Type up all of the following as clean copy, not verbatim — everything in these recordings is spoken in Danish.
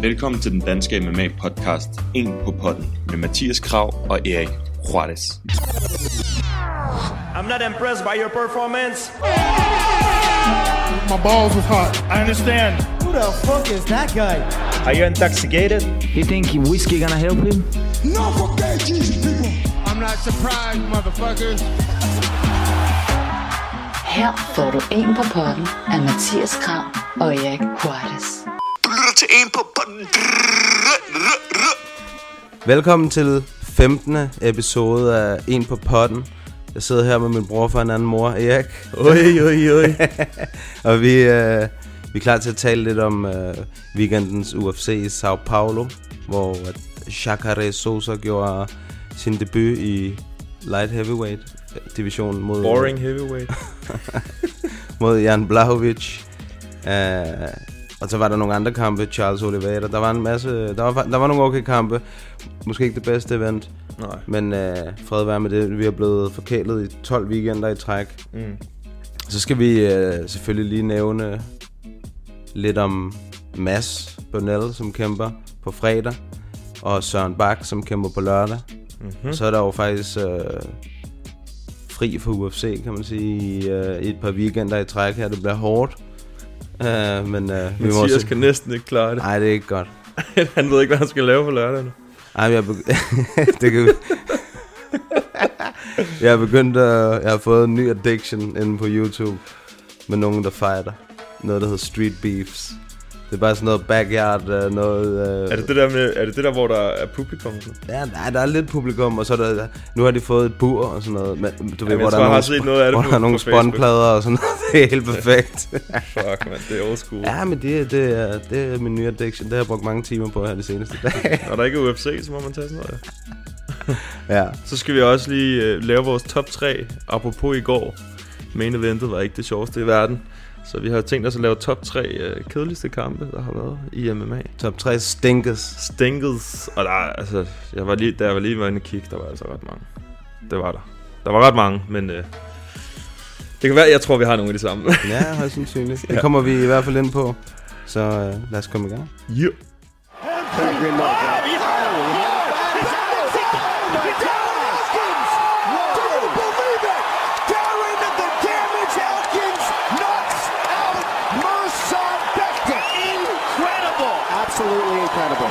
Velkommen til den danske MMA-podcast, En på potten, med Mathias Krav og Erik Juarez. I'm not impressed by your performance. My balls was hot. I understand. Who the fuck is that guy? Are you intoxicated? You think whiskey gonna help him? No for gay Jesus people. I'm not surprised, motherfuckers. Her får du En på potten af Mathias Krav og Erik Juarez. Du lytter til En på potten. Velkommen til 15. episode af En på potten. Jeg sidder her med min bror fra en anden mor, Erik. Oi. Og vi er klar til at tale lidt om weekendens UFC i Sao Paulo, hvor Jacare Souza gjorde sin debut i light heavyweight divisionen mod Boring heavyweight. mod Jan Blachowicz. Og så var der nogle andre kampe, Charles Oliveira. Der var en masse, der var nogle okay kampe. Måske ikke det bedste event. Nej. Men fred være med det. Vi er blevet forkælet i 12 weekender i træk. Så skal vi selvfølgelig lige nævne lidt om Mads Bonnell, som kæmper på fredag, og Søren Bak, som kæmper på lørdag. Så er der jo faktisk fri for UFC, kan man sige, i et par weekender i træk her. Det bliver hårdt. Men Mathias kan næsten ikke klare det. Nej, det er ikke godt. Han ved ikke, hvad han skal lave på lørdag nu. Ej, jeg har begyndt jeg har fået en ny addiction inde på YouTube med nogen, der fighter. Noget, der hedder Street Beefs. Det er bare sådan noget backyard, noget... Er det det der, hvor der er publikum? Ja, nej, der er lidt publikum, og så er der... Nu har de fået et bur og sådan noget. Men, du ved, hvor der er nogle spåndplader og sådan noget. Det er helt perfekt. Fuck, man, det er old school. Ja, men det er min nye addiction. Det har jeg brugt mange timer på her de seneste dage. Når der ikke er UFC, så må man tage sådan noget. Ja. Så skal vi også lige lave vores top 3. Apropos i går. Main eventet var ikke det sjoveste i verden. Så vi har tænkt os at lave top 3 kedeligste kampe, der har været i MMA. Top 3 stinkers. Og der, altså, da jeg var lige inde og kigge, der var altså ret mange. Det var der. Der var ret mange, men det kan være, jeg tror, vi har nogle af de samme. Ja, højst sandsynligt. Det kommer vi i hvert fald ind på. Så lad os komme i gang. Yeah. Absolutely incredible.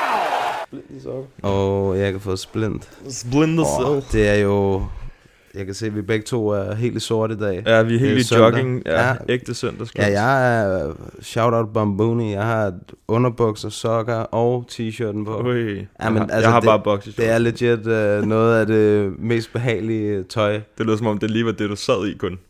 Og jeg kan få splint. Splint det er jo... Jeg kan se, at vi begge to er helt i sort i dag. Ja, vi er helt i jogging. Ja, ægte søndagsklub. Ja, jeg er shout-out Bambuni. Jeg har underbukser, sokker og t-shirten på. Ja, men, jeg har bare boxershorts. Det er legit noget af det mest behagelige tøj. Det lyder som om, det lige var det, du sad i kun.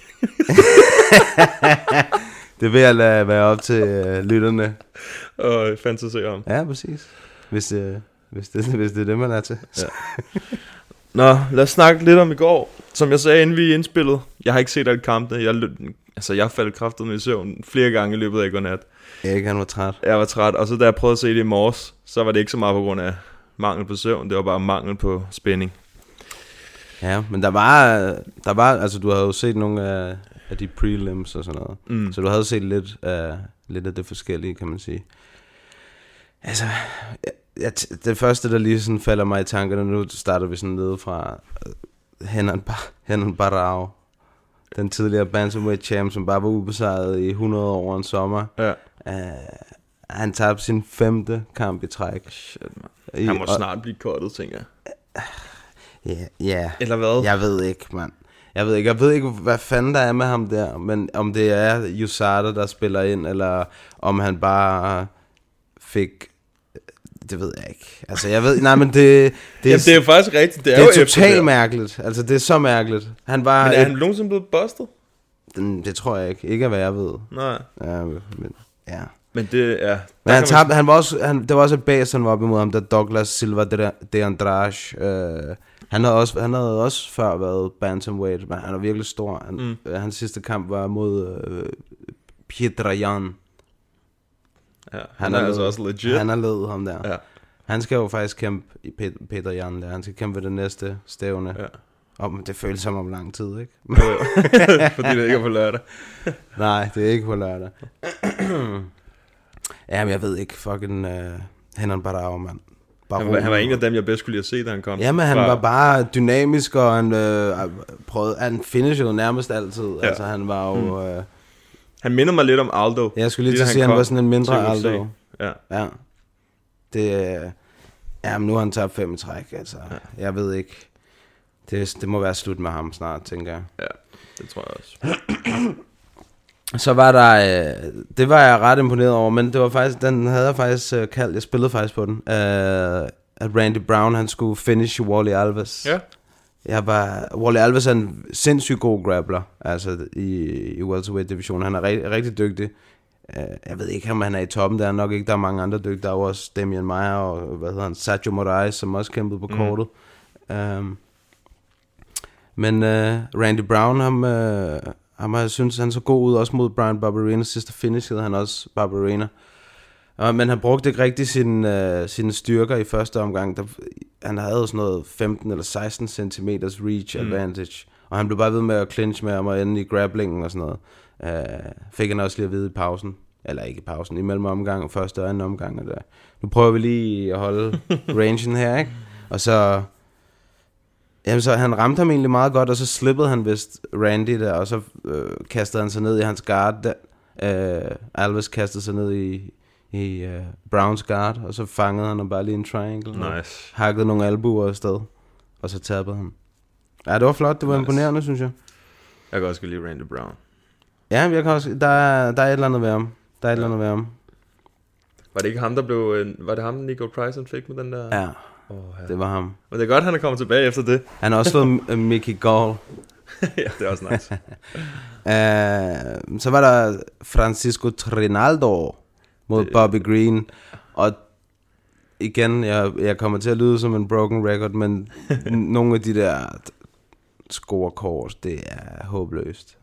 Det vil jeg lade være op til lytterne. Og fantasere om. Ja, præcis. Hvis det er det, man er til. Ja. Nå, lad os snakke lidt om i går. Som jeg sagde, inden vi indspillede. Jeg har ikke set alle kampene. Jeg faldt kraftigt med i søvn flere gange i løbet af i går nat. Erik, han var træt. Jeg var træt, og så da jeg prøvede at se det i morges, så var det ikke så meget på grund af mangel på søvn. Det var bare mangel på spænding. Ja, men der var altså du havde jo set nogle af de prelims og sådan noget. Så du havde set lidt af det forskellige, kan man sige. Altså, det første, der lige sådan falder mig i tankerne, nu starter vi sådan nede fra Renan Barão, den tidligere bantamweight champ, som bare var ubesejret i 100 år en sommer. Ja. Han tabte sin 5. kamp i træk. Shit, man. Han må snart blive cuttet, tænker jeg. Ja. Eller hvad? Jeg ved ikke, mand. Jeg ved ikke, hvad fanden der er med ham der, men om det er USADA, der spiller ind, eller om han bare fik... Det ved jeg ikke. Altså, jeg ved... Nej, men det jamen, det er jo faktisk rigtigt. Det er jo totalt mærkeligt. Altså, det er så mærkeligt. Han var... Men er han nogensinde blevet bustet? Det tror jeg ikke. Ikke af hvad jeg ved. Nej. Ja, men... Ja. Men det er... Men han tabte... Det var også et bas, han var op imod ham, der Douglas Silva de Andrade. Han havde også før været bantamweight, men han er virkelig stor. Hans sidste kamp var mod Petr Yan. Ja, han er altså også legit. Han har ledet ham der. Ja. Han skal jo faktisk kæmpe i Petr Yan der. Han skal kæmpe ved det næste stævne. Ja. Det føles som om lang tid, ikke? Fordi det ikke er på lørdag. Nej, det er ikke på lørdag. Jamen, jeg ved ikke, fucking Renan Barão, mand. Han var en af dem, jeg bedst skulle lide at se, da han kom. Jamen, han var bare dynamisk, og han finishede nærmest altid. Ja. Altså, han var jo... Han minder mig lidt om Aldo. Jeg skulle lige til at sige, at han var sådan en mindre Aldo. Ja. Men nu har han tabt 5 i træk, altså. Ja. Jeg ved ikke. Det må være slut med ham snart, tænker jeg. Ja, det tror jeg også. Så var der, det var jeg ret imponeret over, men det var faktisk, den havde jeg faktisk kaldt, jeg spillede faktisk på den, at Randy Brown, han skulle finish Wally Alves. Ja. Wally Alves er en sindssygt god grappler, altså i welterweight divisionen. Han er rigtig dygtig. Jeg ved ikke, om han er i toppen, der er nok ikke, der er mange andre dygtige. Der er også Damian Maia og, Sergio Moraes, som også kæmpede på kortet. Men Randy Brown, jeg synes, han så god ud, også mod Brian Barberena. Sidste finishede han også Barberena. Men han brugte ikke rigtig sine styrker i første omgang. Han havde sådan noget 15 eller 16 cm reach advantage. Og han blev bare ved med at clinch med ham og ende i grapplingen og sådan noget. Fik han også lige at vide i pausen. Eller ikke i pausen, imellem omgang, første og anden omgang. Og der. Nu prøver vi lige at holde rangen her, ikke? Og så... Jamen, så han ramte ham egentlig meget godt, og så slippede han vist Randy der, og så kastede han sig ned i hans guard der. Alves kastede sig ned i Browns guard, og så fangede han bare lige en triangle. Nice. Hakkede nogle albuer afsted, og så tabede han. Ja, det var flot, det var imponerende, synes jeg. Jeg kan også lide Randy Brown. Ja, jeg kan også, der er et eller andet ved ham. Var det ikke ham, der blev... Var det ham, Nico Price fik med den der... Ja. Det var ham. Men det er godt, han er kommet tilbage efter det. Han har også slået Mickey Gall. Ja, det er også nice. Så var der Francisco Trinaldo mod Bobby Green. Og igen, jeg kommer til at lyde som en broken record, men nogle af de der scorecards, det er håbløst.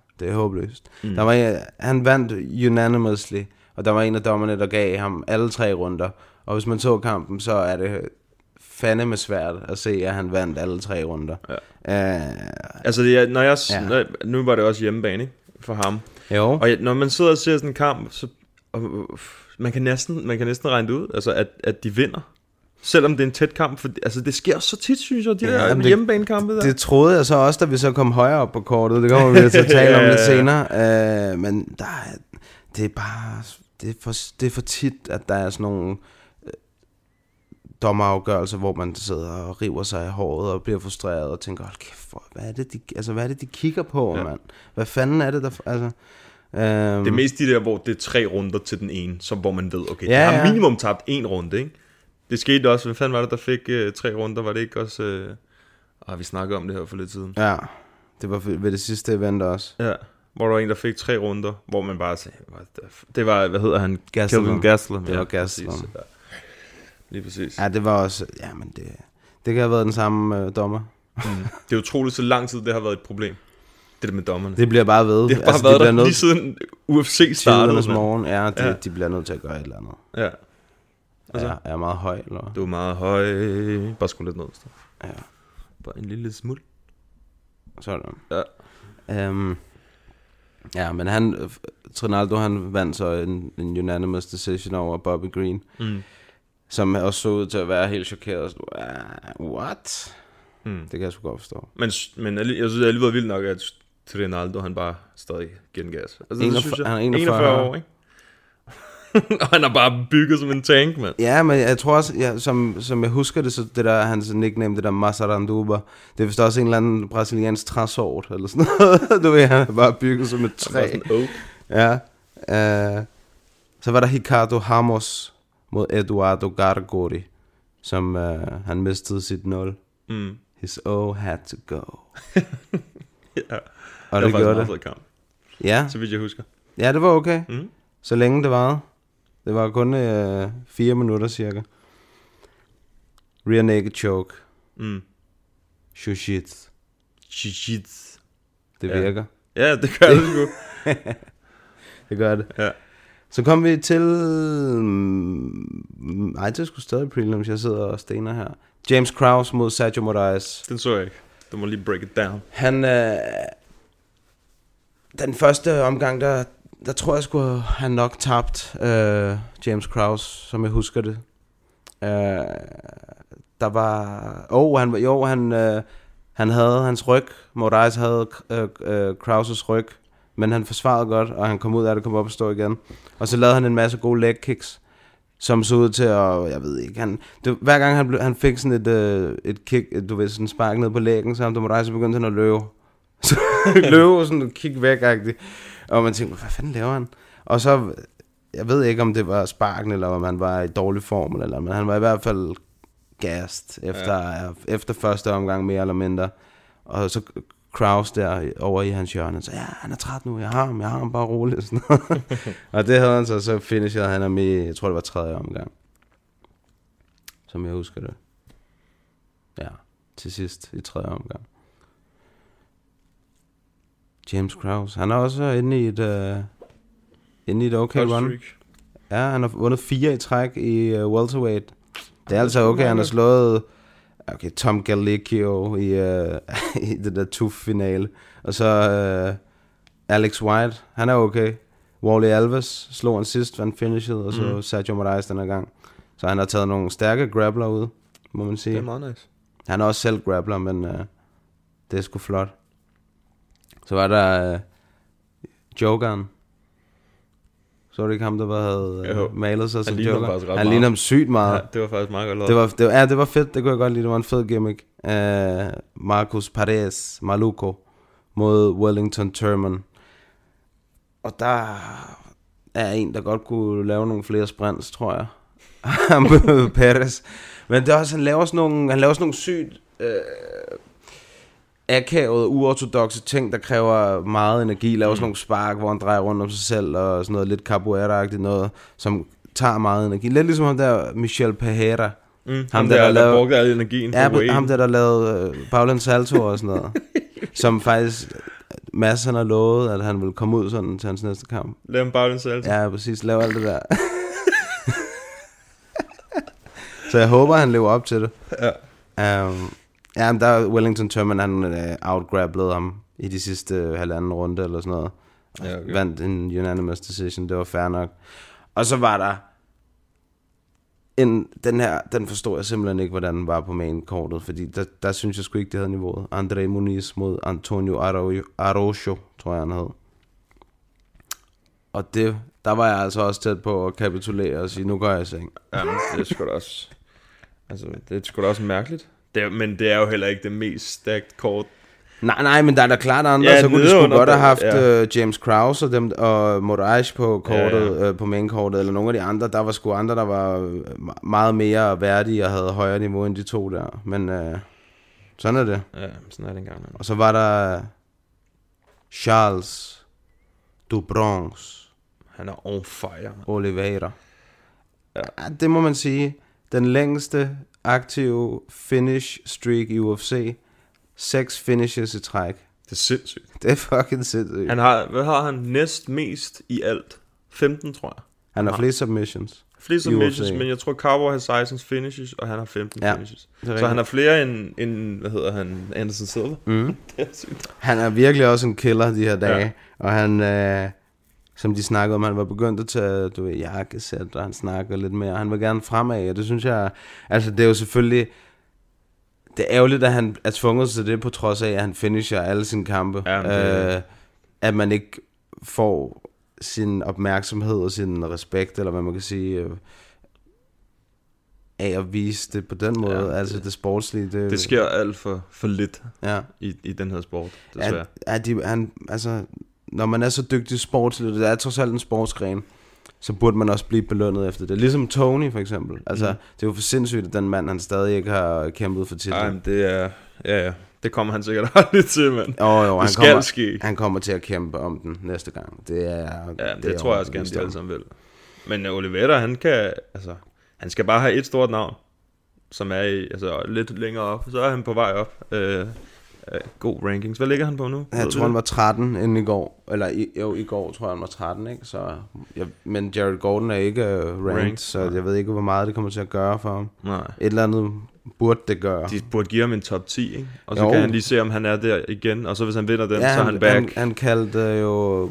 Han vandt unanimously, og der var en af dommerne, der gav ham alle 3 runder. Og hvis man så kampen, så er det fandeme svært at se, at han vandt alle 3 runder. Ja. Altså, nu var det også hjemmebane, ikke? For ham. Jo. Og når man sidder og ser sådan en kamp, så man kan næsten regne det ud, altså at de vinder. Selvom det er en tæt kamp, for altså det sker også så tit, synes jeg, de der hjemmebanekampe der. Det troede jeg så også, da vi så kom højere op på kortet. Det kommer vi til at tale om lidt senere. Men det er bare, det er for tit, at der er sådan nogle dommerafgørelser, hvor man sidder og river sig i håret og bliver frustreret og tænker, hold kæft, hvad er det, de kigger på, mand? Hvad fanden er det, der... Altså, det er mest de der, hvor det er 3 runder til den ene, hvor man ved, okay, det har minimum tabt 1 runde, ikke? Det skete også, hvad fanden var det, der fik 3 runder? Var det ikke også... vi snakkede om det her for lidt siden. Ja, det var ved det sidste event også. Ja, hvor der var en, der fik 3 runder, hvor man bare sagde... Det var, hvad hedder han? Kelvin Gastelum. Det var Gastelum. Ja. Lige præcis. Ja, det var også... Jamen, det kan have været den samme dommer. Det er utroligt, så lang tid det har været et problem. Det der med dommerne. Det bliver bare ved. Det har bare været der lige siden UFC startede. Morgen. De bliver nødt til at gøre et eller andet. Ja. Altså, er jeg meget høj, eller? Du er meget høj. Bare skru lidt ned. Ja. Bare en lille smuld. Sådan. Ja. Men Trinaldo, han vandt så en unanimous decision over Bobby Green. Som også så ud til at være helt chokeret. What? Det kan jeg sgu godt forstå. Men jeg synes, det er alligevel vildt nok, at Trinaldo, han bare stadig giver en gas. Altså, han er 41 år, ikke? Og han er bare bygget som en tank, mand. Ja, men jeg tror også, som jeg husker det, så det der, hans nickname, det der Masaranduba, det er vist også en eller anden brasiliansk træsort, eller sådan noget. Du ved, han er bare bygget som et træ. Ja. Så var der Ricardo Ramos mod Eduardo Gargori, som han mistede sit 0. His O had to go. Ja. Og det gjorde det. Kamp. Ja. Så vidt jeg husker. Ja, det var okay. Så længe det varede. Det var kun 4 minutter cirka. Rear naked choke. Shujitsu. Det virker. Ja, det gør det sgu. Det gør det. Ja. Så kom vi til... det skulle stadig prelims. Jeg sidder og stener her. James Krause mod Sergio Moraes. Den så jeg ikke. Du må lige break it down. Han... den første omgang, der der tror jeg sgu, han nok tabt James Krause, som jeg husker det. Der var... han havde hans ryg. Moraes havde Krauses ryg. Men han forsvarede godt, og han kom ud af det, kom op og stå igen. Og så lavede han en masse gode leg kicks, som så ud til at... Jeg ved ikke, hver gang han fik sådan et kick, du ved, sådan spark ned på lægen, så Moraes begyndte han at løbe. Så løbe sådan et kick væk-agtigt. Og man tænkte, hvad fanden laver han? Og så... Jeg ved ikke, om det var sparken, eller om han var i dårlig form, eller, men han var i hvert fald gassed efter første omgang, mere eller mindre. Og så Krause der over i hans hjørne, så han er træt nu, jeg har ham bare roligt. Sådan. Og det havde han så finishede han ham i, jeg tror det var 3. omgang. Som jeg husker det. Ja, til sidst i 3. omgang. James Krause, han er også inde i et okay run. Ja, han har vundet 4 i træk i welterweight. Det er altså okay, han har slået Tom Gallicchio i det der TUF-finale. Og så Alex White, han er okay. Wally Alves slog han sidst, vandt finished, og så Sergio Moraes den her gang. Så han har taget nogle stærke grappler ud, må man sige. Det er meget nice. Han er også selv grappler, men det er sgu flot. Så var der Jokeren. Så var det ikke ham, der havde malet sig som Joker. Han lignede ham sygt meget. Ja, det var faktisk meget godt lavet. Det var fedt, det kunne jeg godt lide. Det var en fed gimmick. Marcus Perez Maluco mod Wellington Turman. Og der er en, der godt kunne lave nogle flere sprints, tror jeg. Perez. Men det er også, han laver sådan nogle sygt... akavede, uortodokse ting, der kræver meget energi, laver sådan nogle spark, hvor han drejer rundt om sig selv, og sådan noget lidt capoeira-agtigt noget, som tager meget energi. Lidt ligesom ham der, Michel Pereira. Ham der brugte al energien. Ja, ham der lavede Paulen Salto og sådan noget. Som faktisk, Mads han har lovet, at han vil komme ud sådan til hans næste kamp. Lave en Paulen Salto. Ja, præcis. Lave alt det der. Så jeg håber, han lever op til det. Ja. Ja, men der Wellington Turman, han outgrapplede ham i de sidste halvanden runde eller sådan noget. Ja, okay. Vandt en unanimous decision, det var fair nok. Og så var der den forstår jeg simpelthen ikke, hvordan den var på main-kortet, fordi der synes jeg sgu ikke, det havde niveauet. André Muniz mod Antonio Araujo, tror jeg han hed. Og der var jeg altså også tæt på at kapitulere og sige, nu går jeg i seng. Jamen, det er sgu da også mærkeligt. Men det er jo heller ikke det mest stacked kort. Nej, men der er da klart andre, ja, så kunne de sgu godt have haft James Krause og Moraes på kortet, på main-kortet, eller nogle af de andre. Der var sgu andre, der var meget mere værdige og havde højere niveau end de to der. Men sådan er det. Ja, sådan er det engang. Og så var der Charles Dubronx. Han er on fire. Oliveira. Ja, det må man sige. Den længste aktive finish streak i UFC. 6 finishes i træk. Det er sindssygt. Det er fucking sindssygt. Hvad har han næst mest i alt? 15, tror jeg. Han har flere submissions. Flere submissions, men jeg tror Cowboy har 16 finishes, og han har 15 finishes. Så han har flere end hvad hedder han, Anderson Silva. Det er sygt. Han er virkelig også en killer de her dage. Og han, som de snakkede om, han var begyndt at tage jakkesæt, og han snakker lidt mere. Han vil gerne fremad, og det synes jeg, altså det er jo selvfølgelig... Det er ærgerligt, at han er tvunget til det, på trods af, at han finisher alle sine kampe. At man ikke får sin opmærksomhed og sin respekt, eller hvad man kan sige, af at vise det på den måde. Ja, altså det sportslige. Det sker alt for lidt i den her sport, desværre. Altså, når man er så dygtig sportsligt, det er trods alt en sportsgren, så burde man også blive belønnet efter det. Ligesom Tony for eksempel. Altså, det er jo for sindssygt, at den mand, han stadig ikke har kæmpet for titlen. Ej, det er... Ja. Det kommer han sikkert aldrig til, mand. Han kommer til at kæmpe om den næste gang. Det tror jeg også gerne, de alle sammen vil. Men Oliveira, han skal bare have et stort navn, som er lidt længere op. Så er han på vej op. God rankings. Hvad ligger han på nu? Jeg tror, han var 13 inden i går. Eller i går tror jeg, han var 13, ikke? Men Jared Gordon er ikke ranked, så jeg ved ikke, hvor meget det kommer til at gøre for ham. Nej. Et eller andet burde det gøre. De burde give ham en top 10, ikke? Og så kan han lige se, om han er der igen. Og så hvis han vinder den, så er han back. Han kaldte jo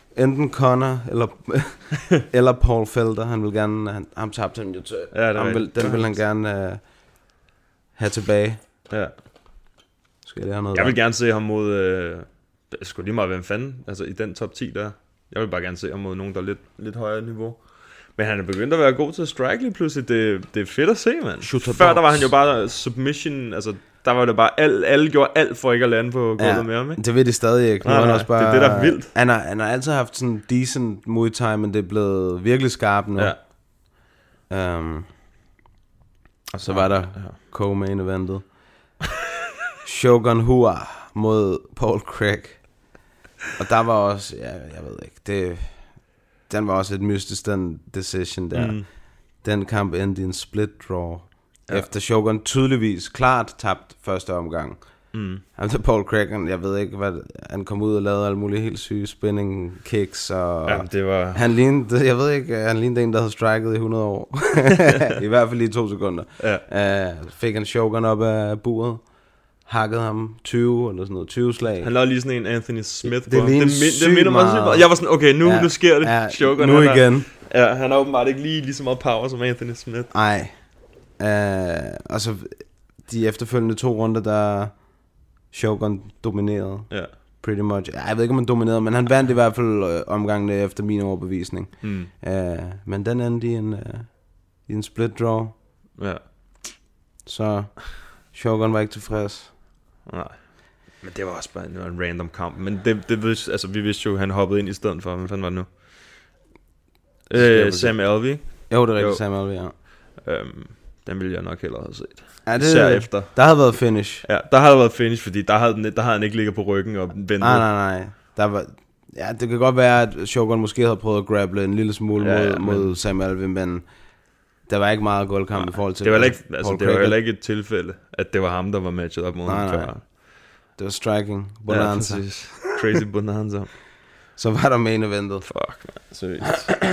enten Conor eller Paul Felder. Han vil gerne, ham tabte han jo til. Ja, den vil han gerne have tilbage. Ja. Skal jeg noget? Jeg vil gerne se ham mod, sgu lige meget hvem fanden, altså i den top 10 der. Jeg vil bare gerne se ham mod nogen, der er lidt højere niveau. Men han er begyndt at være god til at strike lige pludselig. Det er fedt at se, mand. Før der var han jo bare submission, altså der var det bare, alle gjorde alt for ikke at lande på gulvet med ham, ikke? Det ved de stadig ikke. Nej, også bare, det er det, der er vildt. Han har altid haft sådan decent Muay Thai, men det er blevet virkelig skarpt nu. Ja. Og så var der co-main eventet. Shogun Rua mod Paul Craig. Og der var også, jeg ved ikke, den var også et mystisk, den decision der. Den kamp endte i en split draw. Ja. Efter Shogun tydeligvis klart tabt første omgang. Altså Paul Craig, jeg ved ikke hvad, han kom ud og lavede alle mulige helt syge spinning kicks. Og det var... Han lignede, jeg ved ikke, han lignede en, der havde striket i 100 år. I hvert fald lige 2 sekunder. Fik han Shogun op af buret. Hakkede ham 20 eller sådan noget, 20 slag. Han lavede lige sådan en Anthony Smith på. Det minder mig sygt meget. Jeg var sådan, okay, nu sker det. Shogun, nu igen. Han har åbenbart ikke lige så meget power som Anthony Smith. Nej. Og så de efterfølgende 2 runder, der Shogun dominerede. Ja. Pretty much. Jeg ved ikke, om han dominerede, men han vandt i hvert fald omgangene efter min overbevisning. Men den endte i en split draw. Ja. Så Shogun var ikke tilfreds. Nej. Men det var også bare en random kamp. Men vi vidste jo, at han hoppede ind i stedet for. Hvad fanden var det nu? Sam Alvey. Jo, det er rigtigt, Sam Alvey, ja. Den ville jeg nok hellere have set. Ja, det, efter. Der havde været finish. Ja, der havde været finish, fordi der havde han ikke ligget på ryggen og ventet. Nej. Der var, ja, det kan godt være, at Shogun måske havde prøvet at grabble en lille smule mod Sam Alvey, men der var ikke meget gulvkamp i forhold til det. Det var heller ikke et tilfælde, at det var ham, der var matchet op mod ham før. Det var striking. Bonanza. Ja, crazy bonanza. Så var der main eventet. Fuck, man. Seriøst.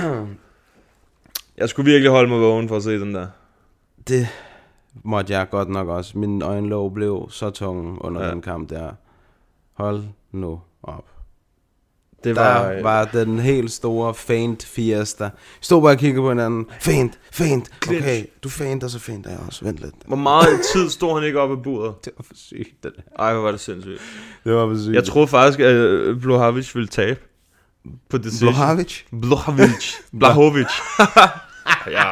Jeg skulle virkelig holde mig vågen for at se den der. Det måtte jeg godt nok også. Min øjenlåg blev så tung under den kamp der. Hold nu op. Det var den helt store feint fiesta. Vi stod bare og kiggede på hinanden. Feint. Okay, du feinter, så feinter jeg også. Vent lidt. Hvor meget tid stod han ikke oppe af buret? Det var for sygt, det der. Ej, hvor var det sindssygt. Det var for sygt. Jeg troede faktisk, at Blachowicz ville tabe på decision. Blachowicz. Ja,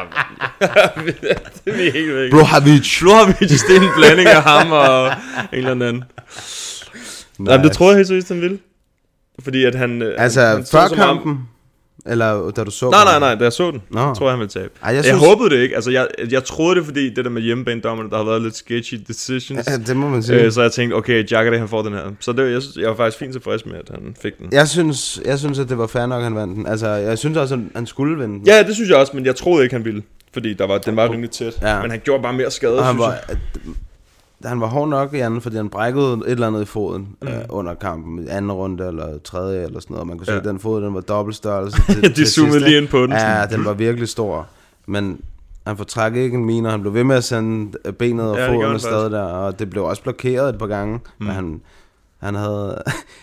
det er helt væk. Blachowicz, det er en blanding af ham og en eller anden. Nice. Jamen, det tror jeg helt seriøst, han ville. Fordi at han... Altså, før kampen? Eller da du så den? Nej, da jeg så den, tror jeg, han ville tabe. Jeg håbede det ikke. Altså, jeg troede det, fordi det der med hjemmebanedommerne, der har været lidt sketchy decisions. Ja, det må man sige. Så jeg tænkte, okay, Jacare, han får den her. Så det, jeg var faktisk fint tilfreds med, at han fik den. Jeg synes, at det var fair nok, han vandt den. Altså, jeg synes også, at han skulle vinde den. Ja, det synes jeg også, men jeg troede ikke, han ville. Fordi den var rimelig tæt. Ja. Men han gjorde bare mere skade, synes jeg. Han var hård nok, Jan, fordi han brækkede et eller andet i foden under kampen. Anden runde eller tredje eller sådan noget. Man kunne se, at den fod, den var dobbeltstørrelse. De zoomede lige ind på den. Ja, den var virkelig stor. Men han fortrækkede ikke en mine, og han blev ved med at sende benet og foden afsted der. Og det blev også blokeret et par gange. Men han havde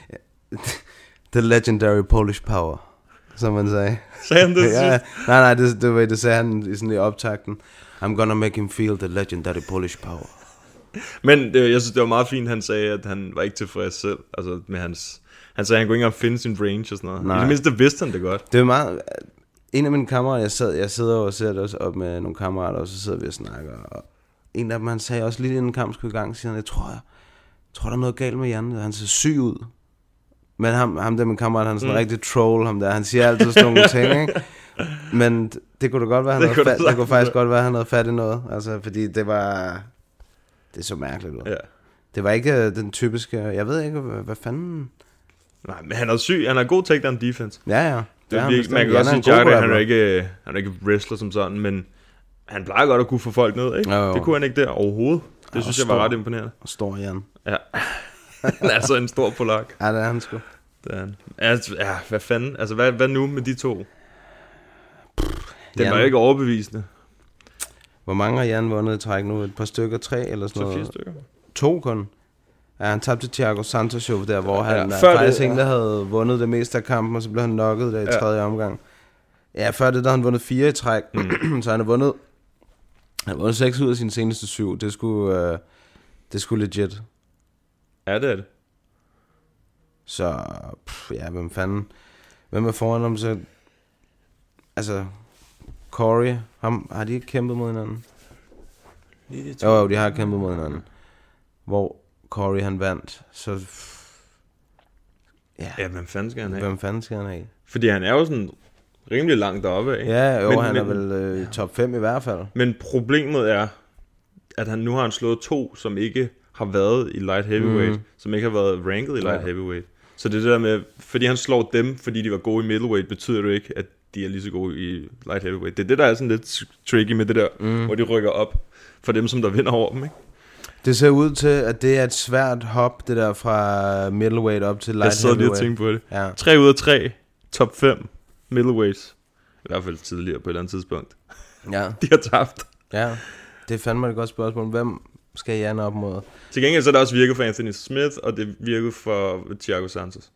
the legendary Polish power, som man sagde. Sagde han det? Ja, nej, det sagde han i sådan i optakten. I'm gonna make him feel the legendary Polish power. Men jeg synes, det var meget fint, han sagde, at han var ikke tilfreds selv. Altså med han sagde, at han kunne ikke engang finde sin range og sådan noget. Nej. I det mindste vidste han det godt. Det er meget... En af mine kammerater, jeg sidder og ser det også op med nogle kammerater, og så sidder vi og snakker. Og en af dem, han sagde også lige inden kampen skulle i gang, siger han, jeg tror, der er noget galt med Jan. Han ser syg ud. Men ham der, min kammerat, han er sådan en rigtig troll, ham der. Han siger altid sådan nogle ting, ikke? Men det kunne da godt være, det kunne faktisk godt være, han havde fat i noget. Altså, fordi det var... Det så mærkeligt ud. Ja. Det var ikke den typiske... Jeg ved ikke, hvad fanden... Nej, men han er syg. Han har god takedown defense. Ja. Man kan godt sige, at han er ikke wrestler som sådan, men han plejer godt at kunne få folk ned, ikke? Det kunne han ikke der overhovedet. Det synes jeg var ret imponerende. Og stor Jan. Ja. Han er altså en stor polak. Ja, det er han sgu. Det er han. Altså, ja, hvad fanden? Altså, hvad nu med de to? Det var ikke overbevisende. Hvor mange har Jan vundet i træk nu? Et par stykker, 3 eller sådan noget? 4 stykker. 2 kun. Ja, han tabte til Thiago Santos der, hvor han faktisk egentlig havde vundet det meste af kampen, og så blev han knocket der i tredje omgang. Ja, før det, der han vundet 4 i træk, så han har vundet 6 ud af sine seneste 7. Det skulle legit. Ja, det er det. Så, hvem er foran ham så? Altså, Corey, har de ikke kæmpet mod hinanden? Jo, de har kæmpet mod hinanden. Hvor Corey han vandt, så... Ja, hvem fanden skal han have? Fordi han er jo sådan rimelig langt deroppe af. Ja, jo, han er vel top 5 i hvert fald. Men problemet er, at han nu har slået 2, som ikke har været i light heavyweight, som ikke har været ranket i light heavyweight. Så det der med, fordi han slår dem, fordi de var gode i middleweight, betyder det jo ikke, at de er lige så gode i light heavyweight. Det er det, der er sådan lidt tricky med det der, hvor de rykker op for dem, som der vinder over dem, ikke? Det ser ud til, at det er et svært hop, det der fra middleweight op til light heavyweight. Jeg sad lige og tænkte på det. Ja. 3 ud af 3, top 5 middleweights. I hvert fald tidligere på et eller andet tidspunkt. Ja. De har tabt. Ja, det er fandme et godt spørgsmål. Hvem skal Jan op mod? Til gengæld så er der også virket for Anthony Smith, og det virker for Thiago Santos.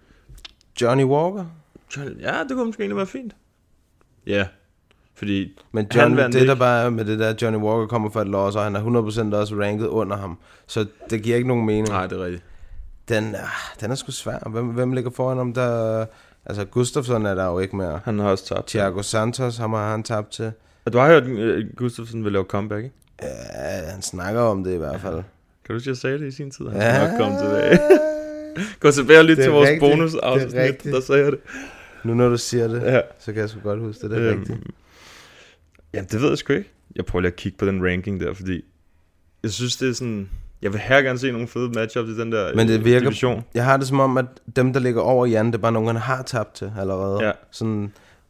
Johnny Walker? Ja, det kunne måske egentlig være fint. Ja, fordi men John, det der bare med det der, Johnny Walker kommer fra et loss, og han er 100% også ranket under ham. Så det giver ikke nogen mening. Nej, det er rigtigt. Den er sgu svær. Hvem ligger foran ham der? Altså, Gustafsson er der jo ikke mere. Han har også tabt. Thiago Santos har han tabt til. Og du har hørt, Gustafsson vil lave comeback, ikke? Ja, han snakker om det i hvert fald. Kan du ikke, jeg sagde det i sin tid? Han skal nok komme tilbage. Gå tilbage lidt til vores bonusafsnit, der sagde jeg det. Nu når du siger det, så kan jeg sgu godt huske det. Det er rigtigt. Jamen, det ved jeg sgu ikke. Jeg prøver lige at kigge på den ranking der, fordi jeg synes, det er sådan... Jeg vil her gerne se nogle fede matchups i den der men det virker, division. Jeg har det som om, at dem, der ligger over Jan, det er bare nogen, han har tabt til allerede. Ja. Sådan,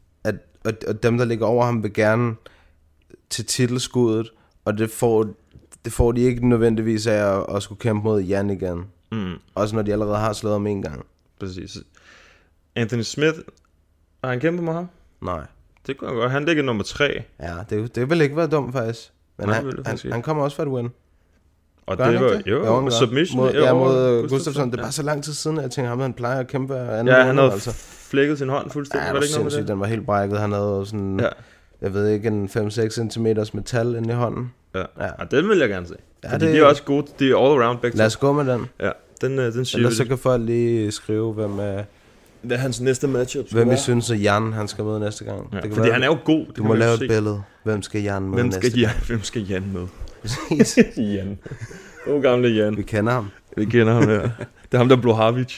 at dem, der ligger over ham, vil gerne til titelskuddet, og det får de ikke nødvendigvis af at skulle kæmpe mod Jan igen. Også når de allerede har slået ham en gang. Præcis. Anthony Smith, har han kæmpet med ham? Nej. Det kunne han godt. Han ligger nummer 3. Ja, det vil ikke være dumt faktisk. Men han kommer også for at win. Og det var jo submission mod Gustafsson. Det er bare så lang tid siden, at jeg tænkte, han plejer at kæmpe anden. Ja, han havde flækket sin hånd fuldstændig. Ja, var det ikke noget den var helt brækket. Han havde sådan, jeg ved ikke, en 5-6 cm metal inde i hånden. Ja, den vil jeg gerne se. Ja, de er også gode. De er all around back. Lad os gå med den. Ja, den siger ellers så kan folk lige skrive, hvad er hans næste matchup? Hvem I synes, at Jan han skal med næste gang. Ja, det fordi han er jo god. Du må lave et billede. Hvem skal Jan med næste gang? Hvem skal Jan med? Præcis. Jan. God gamle Jan. Vi kender ham. Ja. Det er ham, der Blohavic.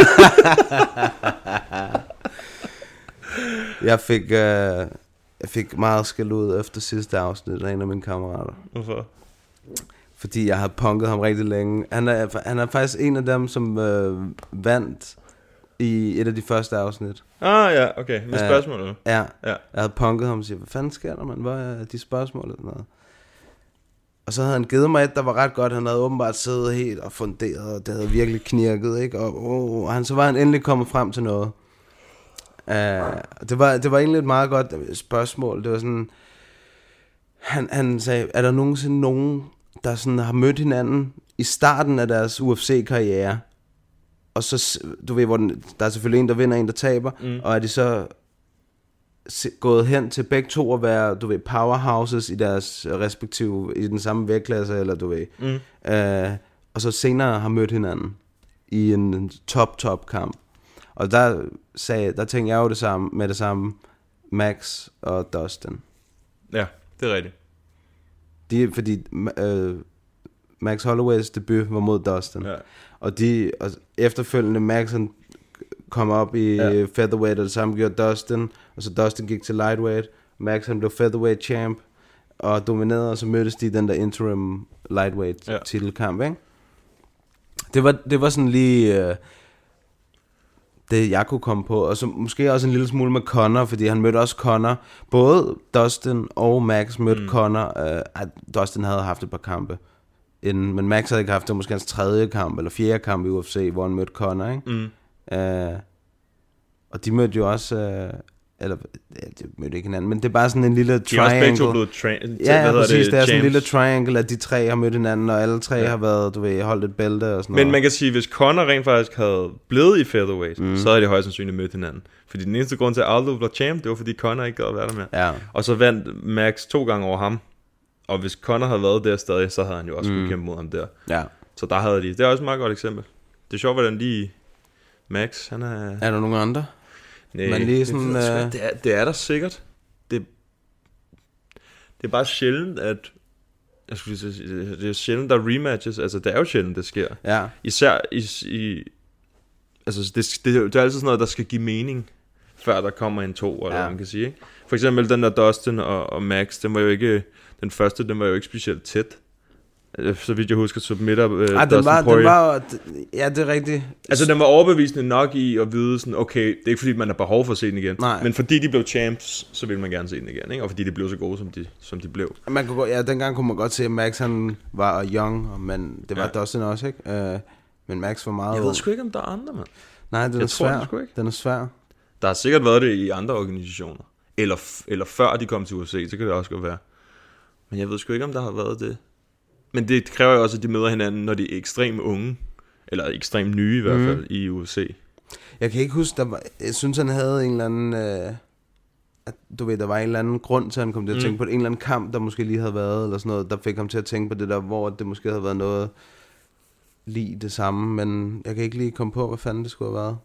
Jeg fik meget skæld ud efter sidste afsnit af en af mine kammerater. Hvorfor? Fordi jeg har punket ham rigtig længe. Han er faktisk en af dem, som vandt i et af de første afsnit. Ja, okay. Med spørgsmålet. Ja. Jeg havde punket ham og siger, hvad fanden sker der, mand? Hvad er de spørgsmål? Eller noget? Og så havde han givet mig et, der var ret godt. Han havde åbenbart siddet helt og funderet, og det havde virkelig knirket, ikke? Og så var han endelig kommet frem til noget. Det var egentlig et meget godt spørgsmål. Det var sådan, han sagde, er der nogensinde nogen, der sådan har mødt hinanden i starten af deres UFC-karriere, og så, du ved, hvor der er selvfølgelig en, der vinder, en, der taber, og er de så gået hen til begge to at være, du ved, powerhouses i deres respektive, i den samme vægtklasse, eller du ved, og så senere har mødt hinanden i en top kamp. Og der tænkte jeg jo det samme, med det samme, Max og Dustin. Ja, det er rigtigt. Fordi Max Holloways debut var mod Dustin. Ja. Og efterfølgende Max han kom op i featherweight, og det samme gjorde Dustin, og så Dustin gik til lightweight. Max han blev featherweight champ og dominerede, og så mødtes de i den der interim lightweight titelkamp, ikke? Det var sådan lige det jeg kunne komme på, og så måske også en lille smule med Conor, fordi han mødte også Conor. Både Dustin og Max mødte Conor. Dustin havde haft et par kampe inden, men Max havde ikke haft det, måske hans 3. kamp eller 4. kamp i UFC, hvor han mødte Conor, ikke? Og de mødte jo også eller de mødte ikke hinanden, men det er bare sådan en lille triangle. De er også begge to blevet præcis, det er sådan en lille triangle, at de tre har mødt hinanden, og alle tre har været, holdt et bælte og sådan noget. Men man kan sige, hvis Conor rent faktisk havde blevet i featherweight, så havde de højst sandsynligt mødt hinanden. Fordi den eneste grund til, at Aldo blev champ, det var fordi Conor ikke gad at være der mere. Ja. Og så vandt Max 2 gange over ham. Og hvis Conor havde været der stadig, så havde han jo også kunne kæmpe mod ham der. Ja. Så der havde de. Det er også et meget godt eksempel. Det er sjovt, hvordan lige Max, han er... Er der nogen andre? Nej, men lige sådan, det er der sikkert. Det er bare sjældent, at... Jeg skulle sige, det er sjældent, der er rematches. Altså, det er jo sjældent, det sker. Ja. Især altså, det er altid sådan noget, der skal give mening, før der kommer en 2, eller hvad man kan sige, ikke? For eksempel den der Dustin og Max, den var jo ikke... Den første, den var jo ikke specielt tæt. Så vidt jeg husker, submitter Dustin Poirier. Ja, det er rigtigt. Altså, den var overbevisende nok i at vide sådan, okay, det er ikke fordi, man har behov for at se den igen. Nej. Men fordi de blev champs, så vil man gerne se den igen, ikke? Og fordi de blev så gode, som de blev. Man kunne, dengang kunne man godt se, at Max han var young, men det var Dustin også, ikke? Men Max var meget... Jeg ved sgu ikke, om der er andre, mand. Nej, den er svær. Der har sikkert været det i andre organisationer. Eller før de kom til UFC, så kan det også godt være. Men jeg ved sgu ikke, om der har været det. Men det kræver jo også, at de møder hinanden, når de er ekstremt unge. Eller ekstremt nye i hvert fald i UFC. Jeg kan ikke huske, jeg synes han havde en eller anden... der var en eller anden grund til, at han kom til at tænke på en eller anden kamp, der måske lige havde været, eller sådan noget, der fik ham til at tænke på det der, hvor det måske havde været noget lige det samme, men jeg kan ikke lige komme på, hvad fanden det skulle have været.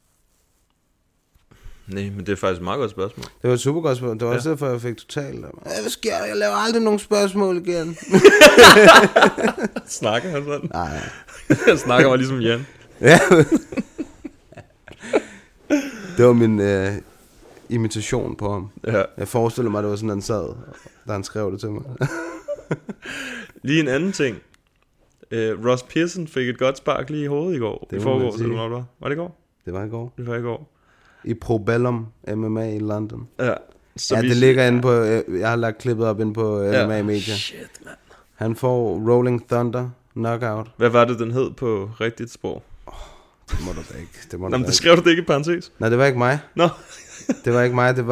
Nej, men det er faktisk et meget godt spørgsmål. Det var et super godt spørgsmål. Det var også derfor, jeg fik totalt... Hvad sker der? Jeg laver aldrig nogen spørgsmål igen. Snakker han sådan? Nej. Jeg snakker mig ligesom Jan. Ja. Det var min imitation på ham. Ja. Jeg forestiller mig, det var sådan, han sad, da han skrev det til mig. Lige en anden ting. Ross Pearson fik et godt spark lige i hovedet i går. I forgårs, eller hvad det var? Var det i går? Det var i går. Det var i går. I Probellum MMA i London. Ja. Ja, det ligger inde på... Jeg har lagt klippet op inde på MMA Media. Shit, man. Han får Rolling Thunder knockout. Hvad var det, den hed på rigtigt sprog? Det må du da ikke. Nå, men det skrev du det ikke i parentes? Nej, det var ikke mig. Nå. Det var ikke mig, det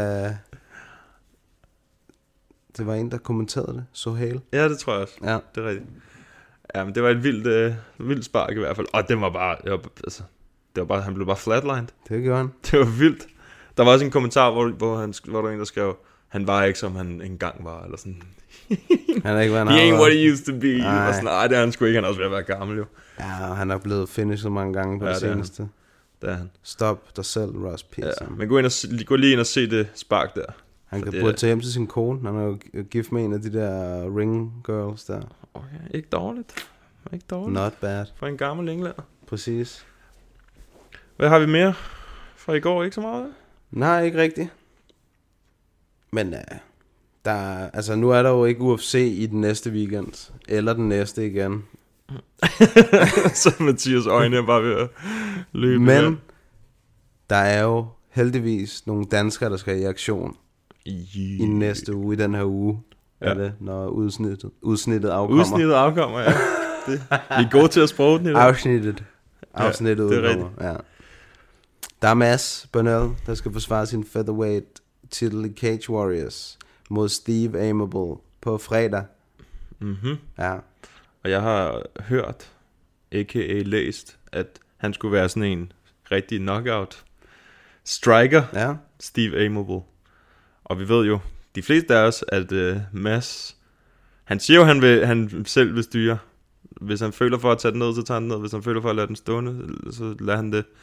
var en, der kommenterede det. Sohail. Ja, det tror jeg også. Ja. Det er rigtigt. Ja, men det var et vildt spark i hvert fald. Og det var bare, han blev bare flatlined. Det gjorde han. Det var vildt. Der var også en kommentar, hvor der var en, der skrev, han var ikke, som han engang var, eller sådan. Han er ikke, hvad han he ain't what he used to be. Og sådan, nej, det er han sgu ikke. Han er også ved at være gammel, jo. Ja, han er blevet finished mange gange på det seneste. Det er han. Stop dig selv, Ross Pearson. Ja, men gå lige ind og se det spark der. Han kan burde tage hjem til sin kone. Han er jo gift med en af de der ring girls der. Okay, ikke dårligt. Not bad. For en gammel englænder. Præcis. Hvad har vi mere fra i går? Ikke så meget? Nej, ikke rigtigt. Men nu er der jo ikke UFC i den næste weekend. Eller den næste igen. Så Mathias øjne er bare ved at løbe. Men der er jo heldigvis nogle danskere, der skal i aktion i næste uge, i den her uge. Ja. Er det, når udsnittet afkommer. Udsnittet afkommer, ja. Vi er gode til at sproge den i dag. Afsnittet udkommer. Ja. Der er Mads Burnell, der skal forsvare sin featherweight titel i Cage Warriors mod Steve Amable på fredag. Mhm. Ja. Og jeg har hørt, a.k.a. læst, at han skulle være sådan en rigtig knockout striker, ja. Steve Amable. Og vi ved jo, de fleste af os, at Mads, han siger jo, han selv vil styre. Hvis han føler for at tage den ned, så tager han den ned. Hvis han føler for at lade den stående, så lader han det.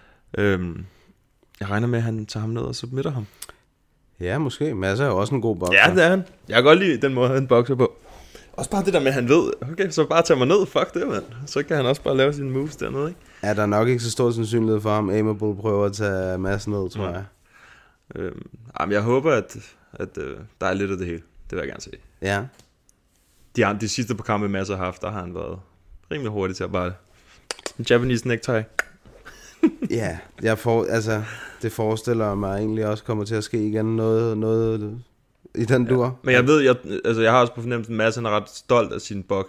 Jeg regner med, at han tager ham ned og submitter ham. Ja, måske. Mads er jo også en god bokser. Ja, det er han. Jeg kan godt lide den måde, han bokser på. Også bare det der med, at han ved, okay, så bare tage mig ned, fuck det, mand. Så kan han også bare lave sine moves dernede, ikke? Ja, der er nok ikke så stor sandsynlighed for ham. Amable prøver at tage Mads ned, tror jeg. Jamen, jeg håber, at der er lidt af det hele. Det vil jeg gerne se. Ja. De sidste par kampe, Mads har haft, der har han været rimelig hurtig til at bare... En Japanese necktie. Ja, det forestiller mig egentlig også kommer til at ske igen noget i den dur. Men jeg ved, jeg har også på fornemmelsen, at Mads han er ret stolt af sin boxing.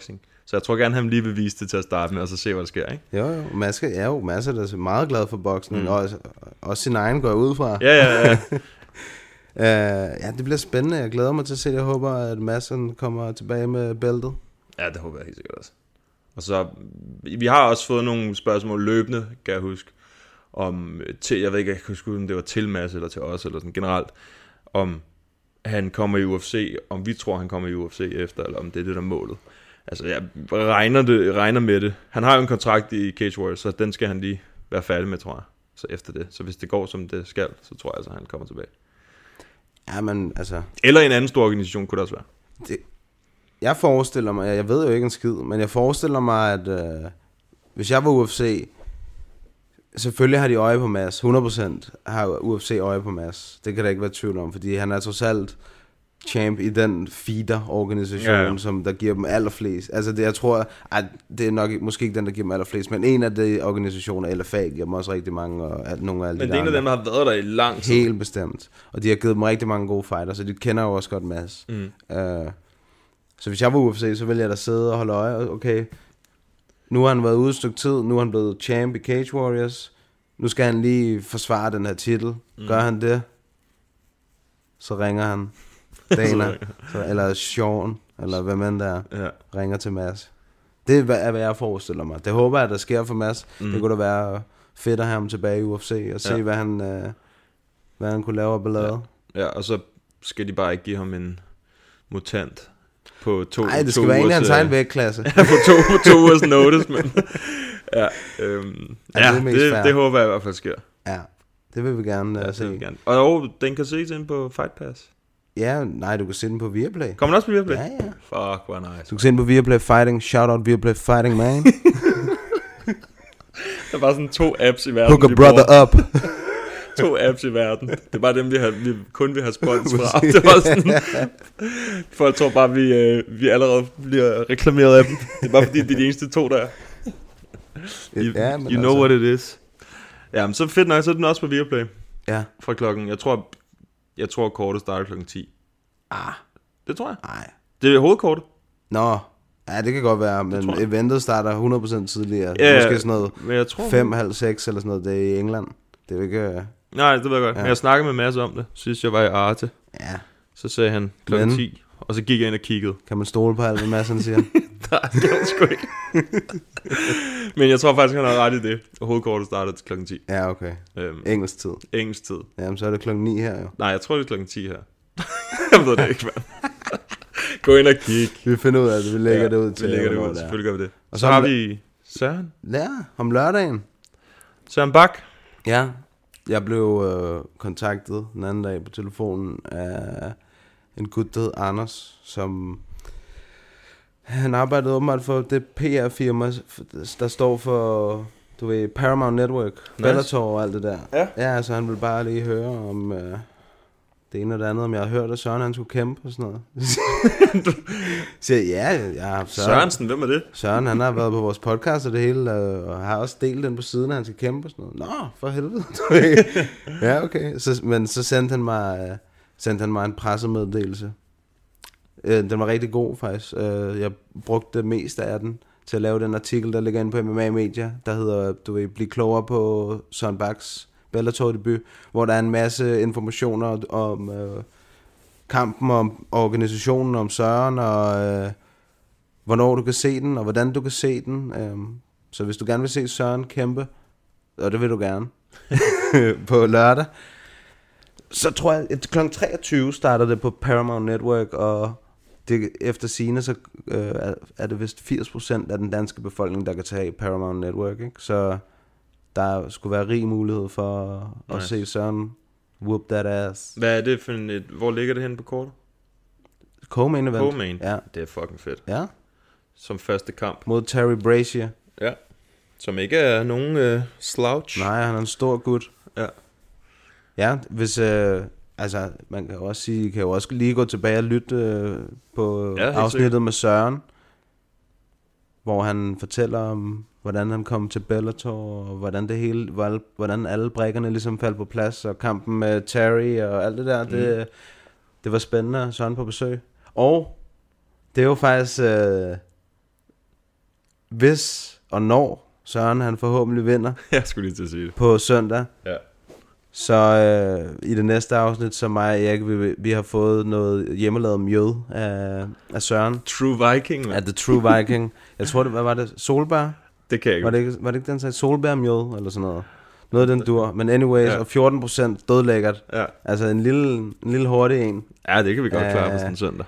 Så jeg tror gerne, han lige vil vise det til at starte med, og så se, hvad der sker, ikke? Jo, Mads er da meget glad for boksning, og også sin egen går ud fra. Ja. Ja, det bliver spændende. Jeg glæder mig til at se det. Jeg håber, at Mads kommer tilbage med bæltet. Ja, det håber jeg helt sikkert også. Og så, vi har også fået nogle spørgsmål løbende, kan jeg huske, jeg ved ikke, jeg kan huske, om det var til Mads eller til os, eller sådan generelt, om han kommer i UFC, om vi tror, han kommer i UFC efter, eller om det er det, der er målet. Altså, jeg regner med det. Han har jo en kontrakt i Cage Warriors, så den skal han lige være færdig med, tror jeg. Så efter det. Så hvis det går, som det skal, så tror jeg altså, han kommer tilbage. Ja, men altså... Eller en anden stor organisation kunne det også være. Jeg forestiller mig, jeg ved jo ikke en skid, men jeg forestiller mig, at hvis jeg var UFC, selvfølgelig har de øje på Mads. 100% har UFC øje på Mads. Det kan der ikke være tvivl om, fordi han er trods alt champ i den feeder-organisation, som der giver dem allerflest. Altså det, jeg tror, at det er nok måske ikke den, der giver dem allerflest, men en af de organisationer, LFA, giver dem også rigtig mange, og at nogle af alle men de det er en af dem, der har været der i lang tid. Helt bestemt. Og de har givet dem rigtig mange gode fighter, så de kender jo også godt Mads. Så hvis jeg var UFC, så ville jeg da sidde og holde øje. Okay, nu har han været ude et stykke tid, nu er han blevet champ i Cage Warriors, nu skal han lige forsvare den her titel. Gør han det, så ringer han Dana, eller Sean, eller hvem end der ringer til Mads. Det er, hvad jeg forestiller mig. Det håber jeg, der sker for Mads. Det kunne da være fedt at have ham tilbage i UFC, og se, hvad han kunne lave af ballade. Ja, og så skal de bare ikke give ham en mutant på 2 Nej, det skal være en af hans egen vægtklasse. på 2 ugers notice, men... det håber jeg i hvert fald sker. Ja, det vil vi gerne se. Vil gerne. Og den kan ses ind på Fight Pass. Ja, nej, du kan se den på Viaplay. Kommer den også på Viaplay? Ja. Fuck, hvor nice. Du kan se den på Viaplay Fighting. Shout out Viaplay Fighting, man. Der er bare sådan 2 apps i verden. Hook a brother up. 2 apps i verden. Det er bare dem, vi kun vil have spons fra. Det var sådan... Folk tror bare, vi allerede bliver reklameret af dem. Det er bare fordi, det er de eneste 2, der er. You know what it is. Ja, men så fedt nok, så er den også på Viaplay. Ja. Fra klokken, jeg tror kortet starter klokken 10. Det tror jeg. Nej. Det er hovedkortet. Nå, ja, det kan godt være, men eventet starter 100% tidligere. Ja, måske sådan noget men jeg tror 5:30 eller sådan noget, det er i England. Det er jo ikke... Nej, det ved jeg godt. Ja. Men jeg snakkede med Mads om det, sidst jeg var i Arte. Ja. Så sagde han klokken 10, og så gik jeg ind og kiggede. Kan man stole på alt, hvad Mads han siger? Nej, det kan man sgu ikke. Men jeg tror faktisk, han har ret i det. Hovedkortet startede til klokken 10. Ja, okay. Engelsk tid. Engelsk tid. Jamen, så er det klokken 9 her jo. Nej, jeg tror, det er klokken 10 her. Jeg ved det ikke, mand. Gå ind og kig. Vi finder ud af det. Vi lægger det ud til. Vi lægger det ud, selvfølgelig gør vi det. Og så har vi Søren. Ja, om lørdagen. Søren Bak. Ja, jeg blev kontaktet den anden dag på telefonen af en gut, der hed Anders, som... Han arbejdede åbenbart for det PR-firma, der står for, du ved, Paramount Network, Bellator og alt det der. Ja. Ja, så han ville bare lige høre om det ene og det andet, om jeg har hørt, at Søren han skulle kæmpe og sådan noget. Så jeg har Sørensen, hvem er det? Søren, han har været på vores podcast og det hele, og har også delt den på siden, at han skal kæmpe og sådan noget. Nå, for helvede. Ja, okay. Men så sendte han mig en pressemeddelelse. Den var rigtig god faktisk. Jeg brugte det meste af den til at lave den artikel, der ligger inde på MMA Media, der hedder, du vil blive klogere på Søren Baks Bellator debut, hvor der er en masse informationer om kampen, om organisationen, om Søren, og hvornår du kan se den, og hvordan du kan se den. Så hvis du gerne vil se Søren kæmpe, og det vil du gerne, på lørdag, så tror jeg, at kl. 23 starter det på Paramount Network, og det, efter sigende, så er det vist 80% af den danske befolkning, der kan tage Paramount Network, ikke? Så der skulle være rig mulighed for at se Søren whoop that ass. Hvad er det for et... Hvor ligger det henne på kortet? Co-main event. Co-main? Ja. Det er fucking fedt. Ja. Som første kamp. Mod Terry Brazier. Ja. Som ikke er nogen slouch. Nej, han er en stor gut. Ja. Ja, hvis... altså, man kan jo også sige, kan jo også lige gå tilbage og lytte på afsnittet med Søren, hvor han fortæller om, hvordan han kom til Bellator, og hvordan det hele, hvordan alle brækkerne ligesom faldt på plads, og kampen med Terry og alt det der, det var spændende, Søren på besøg. Og det er jo faktisk hvis og når Søren han forhåbentlig vinder jeg skulle lige til at sige det. På søndag, ja. Så i det næste afsnit, så mig og Erik, vi har fået noget hjemmelavet mjød af Søren. True Viking, man. Af The True Viking. Jeg tror, hvad var det? Solbær? Det kan jeg ikke. Var det ikke den sagde? Solbærmjød, eller sådan noget? Noget af den dur. Men anyways, ja. Og 14% dødlækkert. Ja. Altså en lille hurtig en. Ja, det kan vi godt klare på sådan en søndag.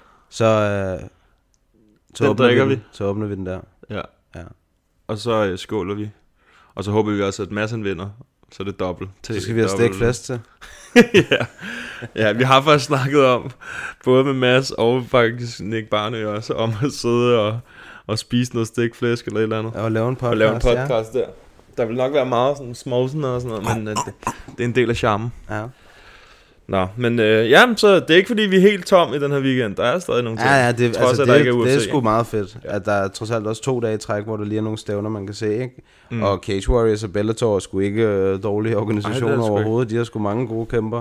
Så drikker vi. Så åbner vi den der. Ja. Og så skåler vi. Og så håber vi også, at Madsen vinder. Så er det dobbelt. Så skal vi have stegt flæsk til. ja, vi har faktisk snakket om, både med Mads og faktisk Nick Barnø også, om at sidde og spise noget stegt flæsk eller et eller andet. Og lave en podcast, der. Der vil nok være meget sådan småsen og sådan noget, men det er en del af charmen. Ja. Nå, men så det er ikke fordi vi er helt tom i den her weekend. Der er stadig nogle ting. Ja, det er sgu meget fedt. Ja. At der er trods alt også 2 dage i træk, hvor der lige er nogle stævner, man kan se, ikke? Og Cage Warriors og Bellator er sgu ikke dårlige organisationer overhovedet. De har sgu mange gode kæmper.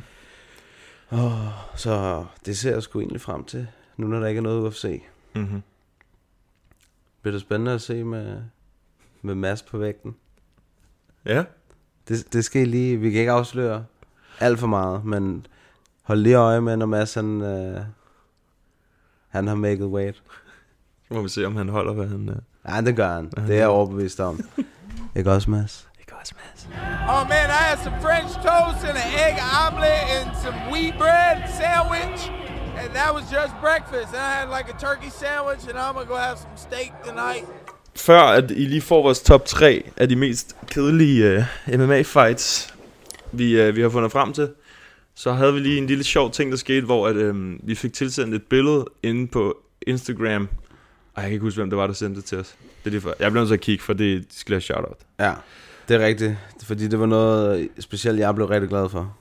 Så det ser jeg sgu egentlig frem til, nu når der ikke er noget UFC. Bliver det spændende at se med Mads på vægten? Ja. Det skal lige, vi kan ikke afsløre alt for meget, men hold lige øje med, når Mads han har make it weight. Så må vi se, om han holder, hvad han... Ja, det gør han. Det er jeg overbevist om. Ikke også, Mads? Oh man, I had some French toast and an egg omelet and some wheat bread sandwich, and that was just breakfast. And I had like a turkey sandwich, and I'm gonna go have some steak tonight. Før at I lige får vores top 3 af de mest kedelige MMA-fights, vi har fundet frem til, så havde vi lige en lille sjov ting, der skete, hvor at, vi fik tilsendt et billede inde på Instagram. Jeg kan ikke huske, hvem det var, der sendte det til os. Det er lige for. Jeg blev nødt til at kigge, for de skal have shout-out. Ja, det er rigtigt. Fordi det var noget specielt, jeg blev rigtig glad for.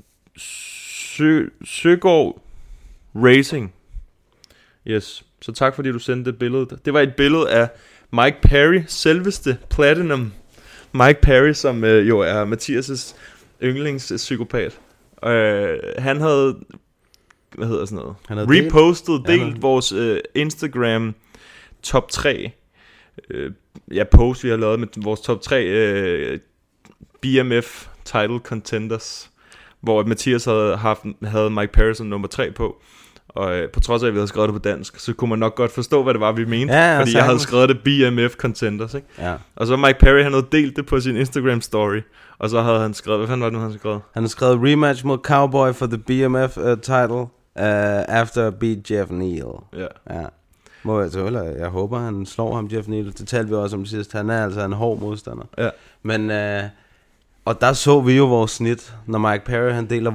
Søgaard Racing. Yes. Så tak, fordi du sendte det billede. Det var et billede af Mike Perry, selveste Platinum Mike Perry, som jo er Mathias' yndlingspsykopat. Han havde, hvad hedder sådan noget? Han havde delt vores Instagram top 3 post, vi har lavet med vores top 3 BMF title contenders, hvor Mathias havde Mike Perry som nummer 3 på. Og på trods af, at vi havde skrevet det på dansk, så kunne man nok godt forstå, hvad det var, vi mente. Ja, fordi jeg havde skrevet det BMF Contenders, ikke? Ja. Og så Mike Perry, han havde delt det på sin Instagram story. Og så havde han skrevet, hvad fanden var det nu, han skrevet? Han havde skrevet rematch mod Cowboy for the BMF title after beat Jeff Neal. Ja. Jeg håber, han slår ham, Jeff Neal. Det talte vi også om sidst. Han er altså en hård modstander. Ja. Men, og der så vi jo vores snit, når Mike Perry, han deler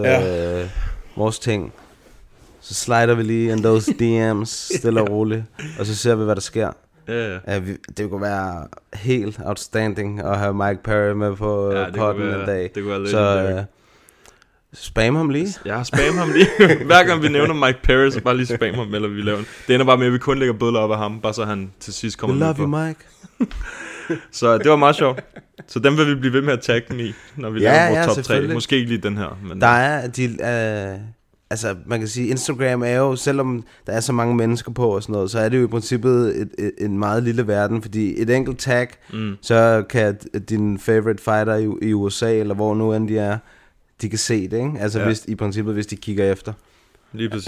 vores ting. Så slider vi lige in those DM's stille og roligt, og så ser vi, hvad der sker. Det kunne være helt outstanding at have Mike Perry med på podden en dag. Det kunne være så spam ham lige. Ja, spam ham lige. Hver gang vi nævner Mike Perry, så bare lige spam ham, eller vi laver den. Det ender bare med, at vi kun lægger billeder op af ham, bare så han til sidst kommer med på. We love you, Mike. Så det var meget sjovt. Så dem vil vi blive ved med at tagge dem i, når vi laver vores top 3. Måske ikke lige den her. Men der er altså, man kan sige, Instagram er jo, selvom der er så mange mennesker på og sådan noget, så er det jo i princippet en meget lille verden, fordi et enkelt tag, så kan din favorite fighter i USA, eller hvor nu end de er, de kan se det, ikke? Altså, hvis de kigger efter. Lige præcis.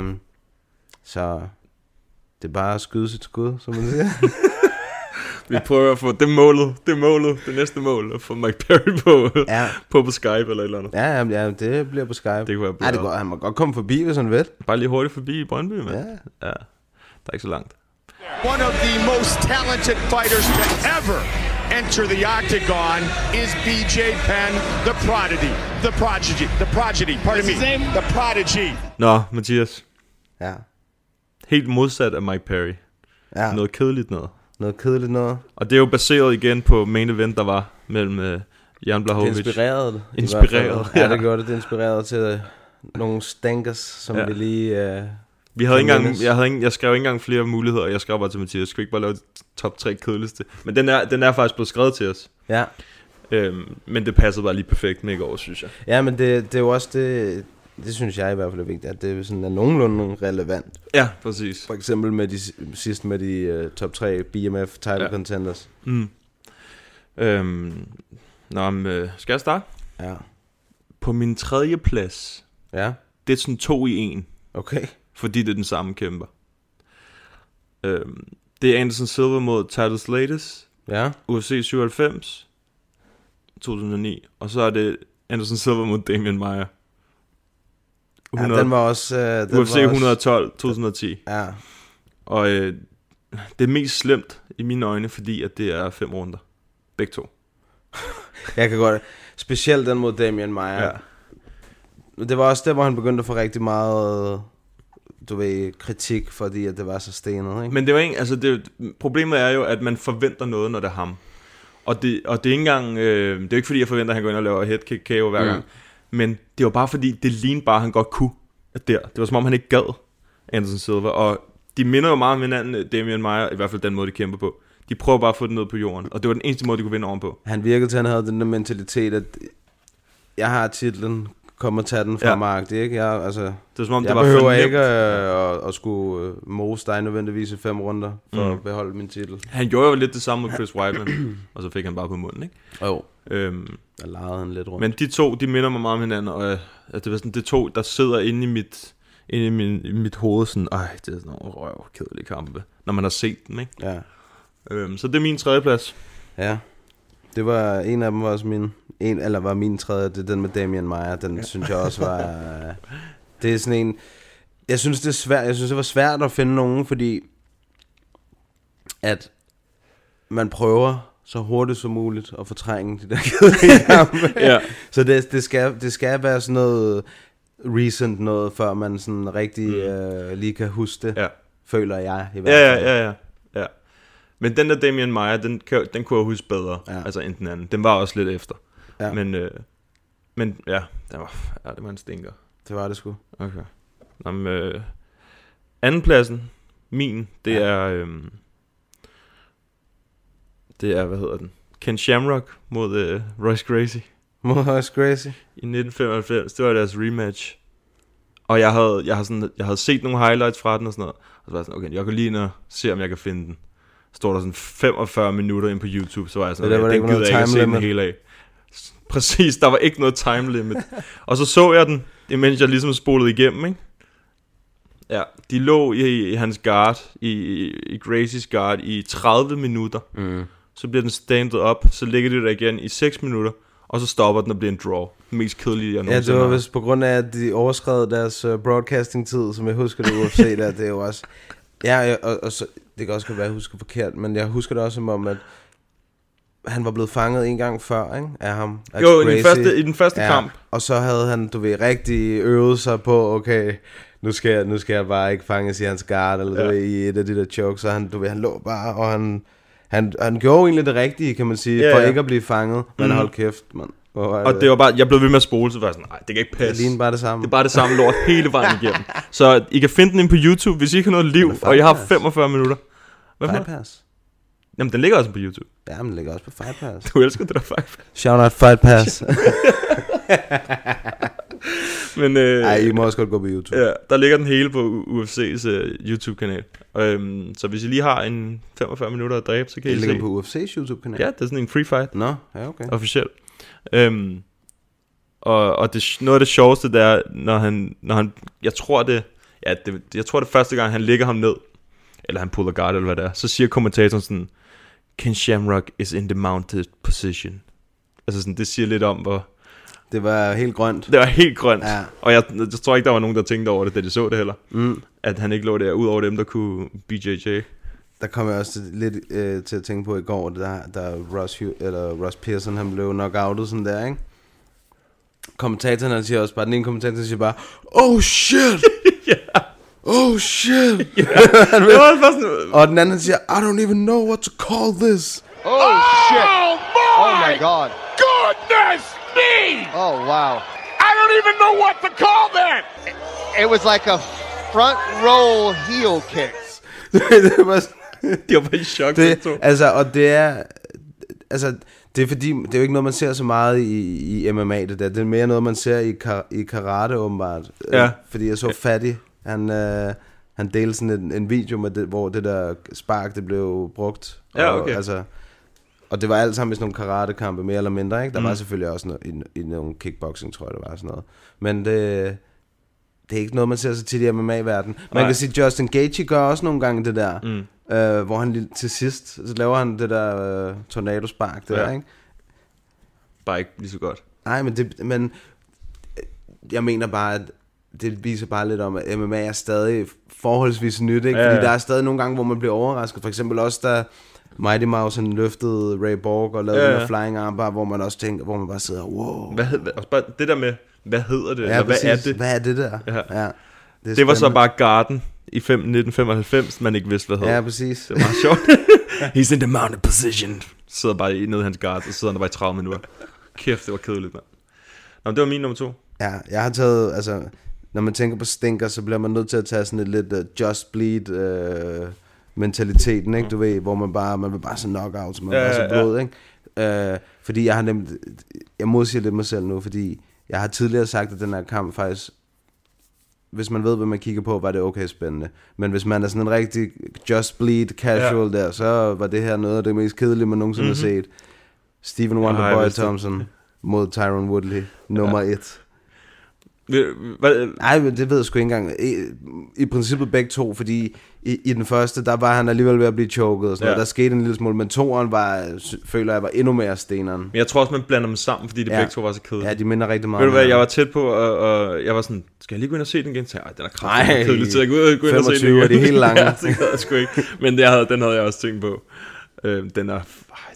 Så det er bare at skyde sit skud, som man siger. Vi prøver at få det næste mål, at få Mike Perry på Skype eller et eller andet. Ja, det bliver på Skype. Det kunne være han må godt komme forbi, hvis han vil. Bare lige hurtigt forbi i Brøndby, mand. Ja. Der er ikke så langt. One of the most talented fighters to ever enter the octagon is BJ Penn, the prodigy. Nå, Mathias. Ja. Helt modsat af Mike Perry. Ja. Noget kedeligt noget. Og det er jo baseret igen på main event, der var mellem Jan Blachowicz. Det inspireret. Ja, det gjorde det. Det inspireret til nogle stankers, som vi lige... Vi havde ikke engang, jeg skrev ikke engang flere muligheder, jeg skrev bare til Mathias, skal vi ikke bare lave top 3 kedeligste? Men den er faktisk blevet skrevet til os. Ja. Men det passede bare lige perfekt med i går, synes jeg. Ja, men det er jo også det... Det synes jeg i hvert fald er vigtigt, at det sådan er nogenlunde relevant. Ja, præcis. For eksempel med de top 3 BMF title contenders. Skal jeg starte? Ja. På min 3. plads, det er sådan 2 i 1. Okay. Fordi det er den samme kæmper. Det er Anderson Silva mod Titus Latest. Ja. UFC 97 2009. Og så er det Anderson Silva mod Damian Maia. Den var også... UFC 112 2010. Ja. Og det er mest slemt i mine øjne, fordi at det er 5 runder. Begge to. Jeg kan godt... Specielt den mod Damian Maia. Ja. Det var også der, hvor han begyndte at få rigtig meget... kritik, fordi at det var så stenet, ikke? Men det var ikke, altså problemet er jo, at man forventer noget, når det er ham. Og det er ikke engang, det er jo ikke fordi, jeg forventer, at han går ind og laver headkick KO hver gang. Men det var bare fordi, det lignede bare, han godt kunne der. Det var som om, han ikke gad Anderson Silva. Og de minder jo meget om hinanden, Damian Maia, i hvert fald den måde, de kæmper på. De prøver bare at få det ned på jorden. Og det var den eneste måde, de kunne vinde ovenpå. Han virkede til, at han havde den der mentalitet, at jeg har titlen, kommer tage den fra Mark, ikke? Det er som om, det var behøver ikke at skulle mose dig nødvendigvis i 5 runder for at beholde min titel. Han gjorde jo lidt det samme med Chris Weidman, og så fik han bare på munden, ikke? Jo. Der legede han lidt rundt. Men de to, de minder mig meget om hinanden, og det var sådan, det to, der sidder inde i mit hoved, sådan, det er sådan nogle røvkedelige kampe, når man har set dem, ikke? Ja. Så det er min 3. plads. Ja. Det var en af dem, var også min 3. Det er den med Damian Maia. Den synes jeg også var... det er sådan en... Jeg synes, det er svært. Jeg synes, det var svært at finde nogen, fordi... At man prøver så hurtigt som muligt at fortrænge de der kedelige kampe. Ja. Så det skal være sådan noget recent noget, før man sådan rigtig lige kan huske det. Ja. Føler jeg i hvert fald. Ja. Men den der Damian Maia, den kunne jeg huske bedre, altså end den anden. Den var også lidt efter. Ja. Men ja, det var en stinker. Det var det sgu. Okay. Anden pladsen, min, det er, hvad hedder den? Ken Shamrock mod Royce Gracie. Mod Royce Gracie? I 1995, det var deres rematch. Og jeg havde set nogle highlights fra den og sådan noget. Og så var jeg sådan, okay, jeg kan lige se, om jeg kan finde den. Står der sådan 45 minutter ind på YouTube, så var jeg sådan, den gider jeg ikke at se den hele af. Præcis, der var ikke noget time limit. Og så jeg den, imens jeg ligesom spolede igennem, ikke? Ja, de lå i hans guard, i Gracies guard, i 30 minutter. Så bliver den standet op, så ligger de der igen i 6 minutter, og så stopper den og bliver en draw. Den mest kedelige, jeg nogensinde det var vist på grund af, at de overskred deres broadcasting-tid, som jeg husker det UFC der, det er jo også... Ja, og så, det kan også være, at jeg husker forkert, men jeg husker det også som om, at han var blevet fanget en gang før, ikke? Af ham. Af jo, i den første kamp. Og så havde han, rigtig øvet sig på, okay, nu skal jeg bare ikke fanges i hans guard, eller i et af de der chokes, så han lå bare, og han gjorde egentlig det rigtige, kan man sige, for ikke at blive fanget, men hold kæft, mand. Og det var bare, jeg blev ved med at spole, så var jeg sådan, nej, det kan ikke passe. Det er bare det samme. Det er bare det samme lort hele vejen igennem. Så I kan finde den ind på YouTube, hvis I ikke har noget liv, og jeg har 45 minutter. Fight Pass. Jamen, den ligger også på YouTube. Ja, men den ligger også på Fight Pass. Du elsker det der Fight Pass. Shout out Fight Pass. Men, I må også godt gå på YouTube. Ja, der ligger den hele på UFC's YouTube-kanal. Så hvis I lige har en 45 minutter at dræbe, så kan I se. Det ligger på UFC's YouTube-kanal? Ja, det er sådan en free fight. Nå, ja, okay. Officielt. Og det, noget af det sjoveste der er, når han jeg tror det første gang han lægger ham ned, eller han puller guard eller hvad det er, så siger kommentatoren sådan, Ken Shamrock is in the mounted position. Altså sådan, det siger lidt om hvor det var helt grønt. Det var helt grønt. Ja. Og jeg tror ikke der var nogen der tænkte over det, da de så det heller. At han ikke lå der ud over dem der kunne BJJ. Der kom jeg også lidt til at tænke på i går, da Ross Pearson han blev knockoutet sådan der, ikke? Kommentatoren han siger også bare, den ene kommentator siger bare, oh shit! Yeah. Oh shit! Yeah. Og den anden siger, I don't even know what to call this. Oh shit! Oh my god! Goodness me! Oh wow! I don't even know what to call that! It was like a front roll heel kick. Det var de var bare i chok. Og det er, altså, Det er fordi, det er jo ikke noget, man ser så meget i MMA, det der. Det er mere noget, man ser i karate, åbenbart. Ja. Fordi jeg så Fatty, han delte sådan en video, med det, hvor det der spark, det blev brugt. Ja, okay. Og det var alt sammen i sådan nogle karatekampe, mere eller mindre, ikke? Der var selvfølgelig også noget, i nogle kickboxing, tror jeg, det var sådan noget. Men det er ikke noget, man ser så tit i MMA-verdenen. Man kan sige, Justin Gaethje gør også nogle gange det der, hvor han til sidst, så laver han det der tornadospark der, ikke? Bare ikke lige så godt. Nej, men jeg mener bare, at det viser bare lidt om, at MMA er stadig forholdsvis nyt, ikke? Fordi der er stadig nogle gange, hvor man bliver overrasket. For eksempel også, da Mighty Mouse han løftede Ray Borg og lavede en flying armbar, hvor man også tænker, hvor man bare sidder, wow. Det der med, hvad hedder det? Ja, eller hvad er det? Hvad er det der? Ja. Det var så bare Garden i 1995, man ikke vidste, hvad hedder. Ja, præcis. Det var meget sjovt. He's in the mounted position. Sidder bare nede i hans guard, og sidder han der bare i 30 minutter. Kæft, det var kedeligt, mand. Nå, det var min nummer 2. Ja, jeg har taget, altså, når man tænker på stinker, så bliver man nødt til at tage sådan et lidt just bleed mentaliteten, ikke? Du ved, hvor man vil bare så knockout, så man vil bare så blod, ikke? Fordi jeg modsiger lidt mig selv nu, fordi jeg har tidligere sagt, at den her kamp faktisk, hvis man ved, hvad man kigger på, var det okay spændende. Men hvis man er sådan en rigtig just bleed casual der, så var det her noget af det mest kedelige, man nogensinde har set. Stephen Wonderboy Thompson mod Tyron Woodley, nummer 1. Nej, det ved jeg sgu ikke engang. I princippet begge to, fordi i den første, der var han alligevel ved at blive choket og sådan noget. Der skete en lille smule, men toeren føler jeg var endnu mere steneren. Men jeg tror også, man blander dem sammen, fordi de begge to var så kedelige. Ja, de minder rigtig meget. Ved du hvad, jeg var tæt på, og jeg var sådan, skal jeg lige gå ind og se den igen? Så jeg, den er kraftigt kedelig, så jeg gå ind og se den igen. 25 er de helt lange. Ja, det havde jeg sgu ikke. Men den havde jeg også tænkt på. Den er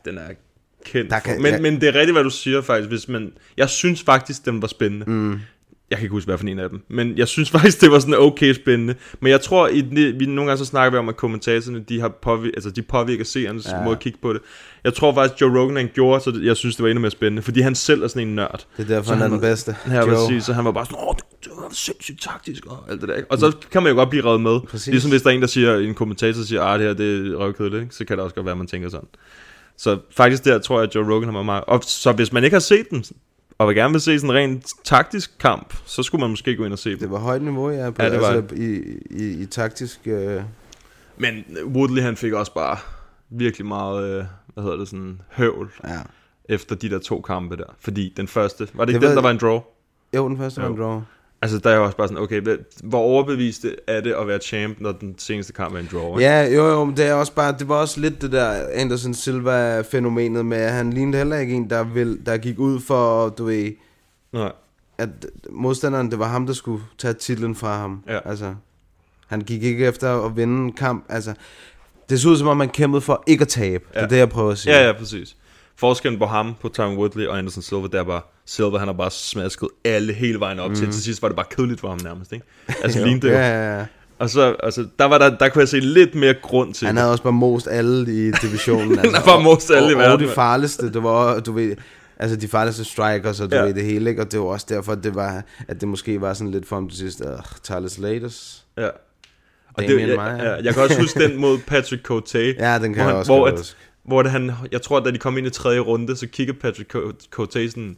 kendt. Men det er rigtigt, hvad du siger faktisk. Jeg synes faktisk, den var spændende. Jeg kan ikke huske, hvad for en af dem. Men jeg synes faktisk, det var sådan okay spændende. Men jeg tror, vi nogle gange så snakker vi om, at kommentatorerne, de påvirker seernes måde at kigge på det. Jeg tror faktisk, Joe Rogan han gjorde, så jeg synes, det var endnu mere spændende. Fordi han selv er sådan en nørd. Det er derfor, han er den bedste. Så han var bare sådan, det var sindssygt taktisk og alt det der. Og så kan man jo godt blive revet med. Præcis. Ligesom hvis der er en, der siger, en kommentator siger, det her det er røvkedeligt, ikke? Så kan det også godt være, at man tænker sådan. Så faktisk der tror jeg, at Joe Rogan har meget. Og så hvis man ikke har set den, og vil gerne vil se sådan en rent taktisk kamp, så skulle man måske gå ind og se dem. Det var højt niveau, ja, på, det var altså, i taktisk... Men Woodley, han fik også bare virkelig meget, høvl efter de der 2 kampe der. Fordi den første, var det ikke den, der var en draw? Jo, den første var en draw. Altså, der er jo også bare sådan, okay, hvor overbevist er det at være champ, når den seneste kamp er en draw? Ikke? Ja, jo, men det er også bare, det var også lidt det der Anderson Silva-fænomenet med, at han lignede heller ikke en, der gik ud for, du ved, at modstanderen, det var ham, der skulle tage titlen fra ham. Ja. Altså, han gik ikke efter at vinde en kamp. Altså, det så ud som om, man kæmpede for ikke at tabe. Ja. Det er det, jeg prøver at sige. Ja, præcis. Forskellen på ham, på Tyron Woodley og Anderson Silva, der var Silva, han har bare smasket alle hele vejen op til sidst var det bare kedeligt for ham nærmest, ikke? Altså lignede det jo. Ja. Og så altså, der kunne jeg se lidt mere grund til. Han havde også bare most alle i divisionen. Han har bare most alle i verden. Og de farligste, det var, du ved, altså de farligste strikers, og du ved det hele, ikke? Og det var også derfor, at det måske var sådan lidt for ham til sidst, Tyler Slater. Ja. Og det, jeg kan også huske den mod Patrick Cote. Ja, den kan jeg også huske. Hvor det han, jeg tror, da de kom ind i 3. runde, så kigger Patrick Cote sådan,